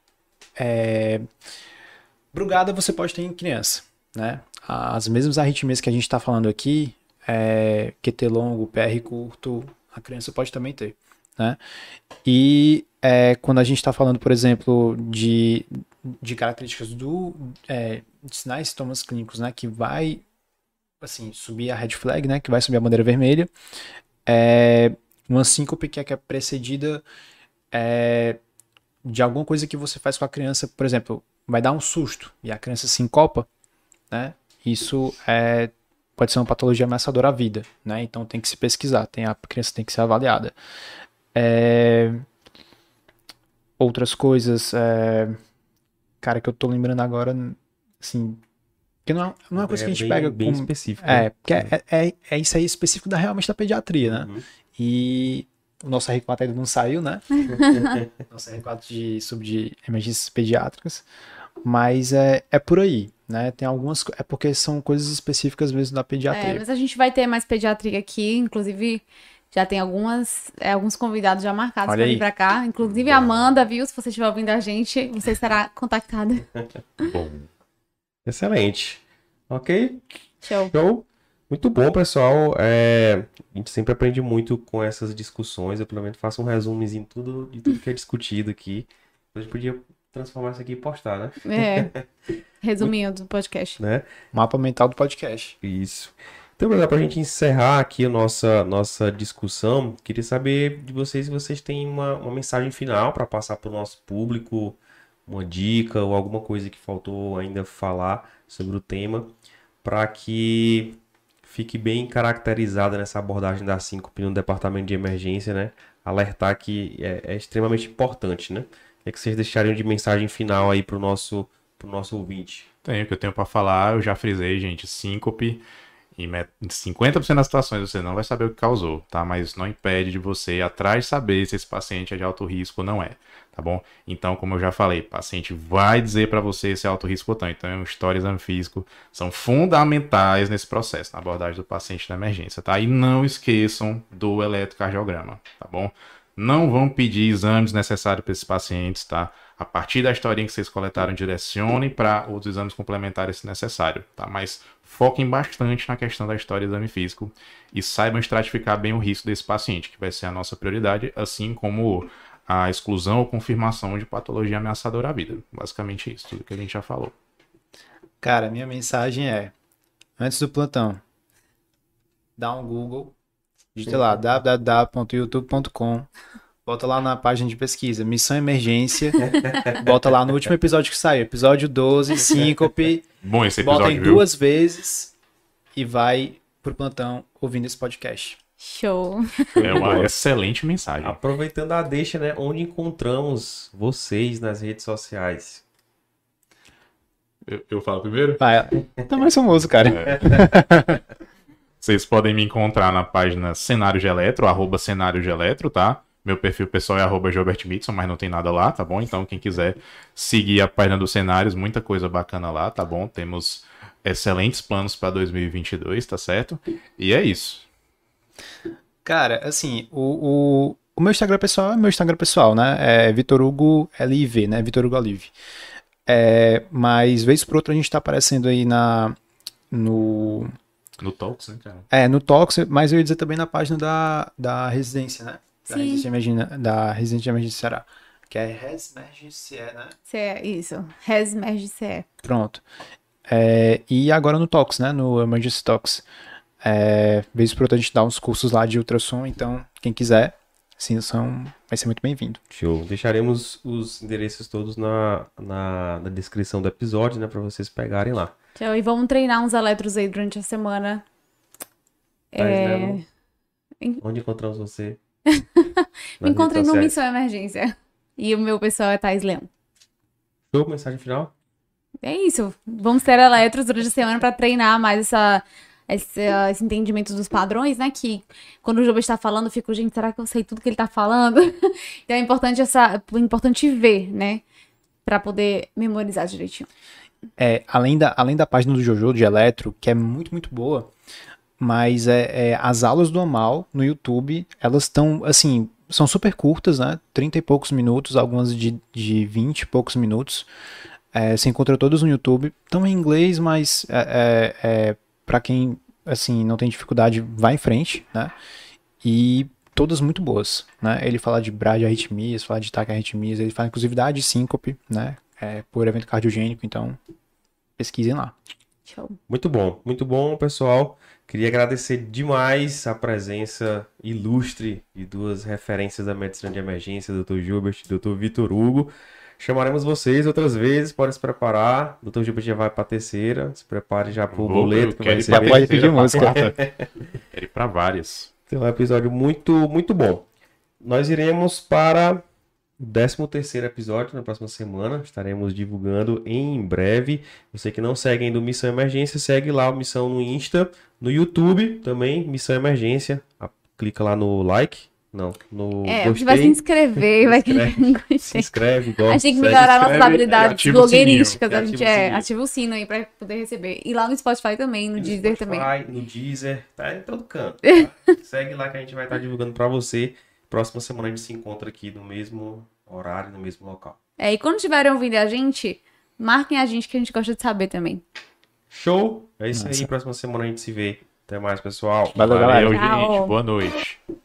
é, brugada você pode ter em criança, né? As mesmas arritmias que a gente está falando aqui, é, Q T longo, P R curto, a criança pode também ter, né? E é, quando a gente está falando, por exemplo, de, de características do, é, de sinais e sintomas clínicos, né? Que vai, assim, subir a red flag, né? Que vai subir a bandeira vermelha. É, uma síncope que é, que é precedida é, de alguma coisa que você faz com a criança, por exemplo, vai dar um susto e a criança se encopa, né? Isso é, pode ser uma patologia ameaçadora à vida, né? Então tem que se pesquisar, tem, a criança tem que ser avaliada. É, outras coisas, é, cara, que eu tô lembrando agora, assim, que não é, não é uma coisa que a gente bem, pega bem com... específico. É, né? porque é, é, é isso aí específico da, realmente da pediatria, né? Uhum. E o nosso R quatro ainda não saiu, né? Nosso R quatro de sub de emergências pediátricas. Mas é, é por aí, né? Tem algumas... co- É porque são coisas específicas mesmo da É, pediatria. mas a gente vai ter mais pediatria aqui, inclusive já tem algumas, é, alguns convidados já marcados Olha para vir aí. pra cá. Inclusive a Amanda, viu? Se você estiver ouvindo a gente, você será contactada. Bom. Excelente. Ok? Show. Show. Muito bom, pessoal. É, a gente sempre aprende muito com essas discussões. Eu, pelo menos, faço um resumozinho de tudo, de tudo que é discutido aqui. A gente podia transformar isso aqui e postar, né? É. Resumindo o podcast. né? Mapa mental do podcast. Isso. Então, para a gente encerrar aqui a nossa, nossa discussão, queria saber de vocês se vocês têm uma, uma mensagem final para passar para o nosso público, uma dica ou alguma coisa que faltou ainda falar sobre o tema, para que fique bem caracterizada nessa abordagem da síncope no departamento de emergência, né? Alertar que é, é extremamente importante, né? O que é que vocês deixariam de mensagem final aí para o nosso, pro nosso ouvinte? Tenho o que eu tenho pra falar, eu já frisei, gente, síncope. Em met- em cinquenta por cento das situações você não vai saber o que causou, tá? Mas isso não impede de você ir atrás de saber se esse paciente é de alto risco ou não é, tá bom? Então, como eu já falei, o paciente vai dizer pra você se é alto risco ou não. Então, história e exame físico são fundamentais nesse processo, na abordagem do paciente da emergência, tá? E não esqueçam do eletrocardiograma, tá bom? Não vão pedir exames necessários para esses pacientes, tá? A partir da historinha que vocês coletaram, direcione para os exames complementares se necessário, tá? Mas foquem bastante na questão da história do exame físico e saibam estratificar bem o risco desse paciente, que vai ser a nossa prioridade, assim como a exclusão ou confirmação de patologia ameaçadora à vida. Basicamente isso, tudo que a gente já falou. Cara, minha mensagem é, antes do plantão, dá um Google, digita lá, w w w ponto youtube ponto com, bota lá na página de pesquisa, Missão Emergência, bota lá no último episódio que saiu, episódio doze, síncope, Bom esse bota episódio, em viu? duas vezes e vai pro plantão ouvindo esse podcast. Show. É uma excelente mensagem. Aproveitando a deixa, né? Onde encontramos vocês nas redes sociais? Eu, eu falo primeiro? Vai, tá mais famoso, cara. Vocês podem me encontrar na página Cenário de Eletro, arroba Cenário de Eletro, tá? Meu perfil pessoal é arroba Gilbert Mitson, mas não tem nada lá, tá bom? Então quem quiser seguir a página dos cenários, muita coisa bacana lá, tá bom? Temos excelentes planos para dois mil e vinte e dois, tá certo? E é isso. Cara, assim, o, o, o meu Instagram pessoal é meu Instagram pessoal, né? É Vitor Hugo L I V, né? Vitor Hugo Olive. É, mas, vez por outra, a gente tá aparecendo aí na, no... No Talks, né, cara? É, no Talks, mas eu ia dizer também na página da, da residência, né? Da Sim. residência, imagina, da residência de emergência Ceará. Que é Resmergência, né? C E, isso. Resmerge C E. Pronto. É, e agora no Talks, né? No Emergency Talks. É, vez por outra, a gente dá uns cursos lá de ultrassom, então, quem quiser, sim, são, vai ser muito bem-vindo. Show. Deixaremos os endereços todos na, na, na descrição do episódio, né? Pra vocês pegarem lá. Show. E vamos treinar uns eletros aí durante a semana. Tá, É... Isabela? em- Onde encontramos você? Me encontrei no no Missão Emergência. E o meu pessoal é Thais Leão. Show, mensagem final? É isso. Vamos ter eletros durante a semana para treinar mais essa, esse, uh, esse entendimento dos padrões, né? Que quando o Jobas está falando, eu fico, gente, será que eu sei tudo que ele está falando? Então é importante, essa, é importante ver, né? Para poder memorizar direitinho. É, além, da, além da página do Jojo de Eletro, que é muito, muito boa, mas é, é, as aulas do Amal no YouTube, elas estão, assim, são super curtas, né? trinta e poucos minutos, algumas de, de vinte e poucos minutos. É, você encontra todas no YouTube. Estão em inglês, mas é, é, é, para quem assim, não tem dificuldade, vai em frente, né? E todas muito boas, né? Ele fala de bradiarritmias, fala de taquiarritmias, ele fala inclusive da de síncope, né? É, por evento cardiogênico, então pesquisem lá. Show. Muito bom, muito bom, pessoal. Queria agradecer demais a presença ilustre de duas referências da medicina de emergência, doutor Gilbert e doutor Vitor Hugo. Chamaremos vocês outras vezes, podem se preparar. doutor Gilbert já vai para a terceira, se prepare já para o Vou, boleto eu que quero vai ir ser pra bem- pode terceira, pedir pra música. quarta. Quero ir pra várias. Então, é um episódio muito, muito bom. Nós iremos para o décimo terceiro episódio na próxima semana. Estaremos divulgando em breve. Você que não segue ainda o Missão Emergência, segue lá o Missão no Insta, no YouTube também, Missão Emergência. A- Clica lá no like. Não, no É, gostei. você vai se inscrever, vai inscreve, quer Se gostei. inscreve, gosta. A gente tem que segue. melhorar nossas inscreve, habilidades ativa o blogueirísticas. sininho, A gente ativa o é, sininho. ativa o sino aí pra poder receber. E lá no Spotify também, no, No Deezer também. Spotify, no Deezer, tá em todo canto. Tá? Segue lá que a gente vai estar divulgando pra você. Próxima semana a gente se encontra aqui no mesmo horário, no mesmo local. É, e quando estiverem ouvindo a gente, marquem a gente que a gente gosta de saber também. Show? É isso Nossa. aí. Próxima semana a gente se vê. Até mais, pessoal. Valeu, galera. Valeu, Tchau. gente. Boa noite.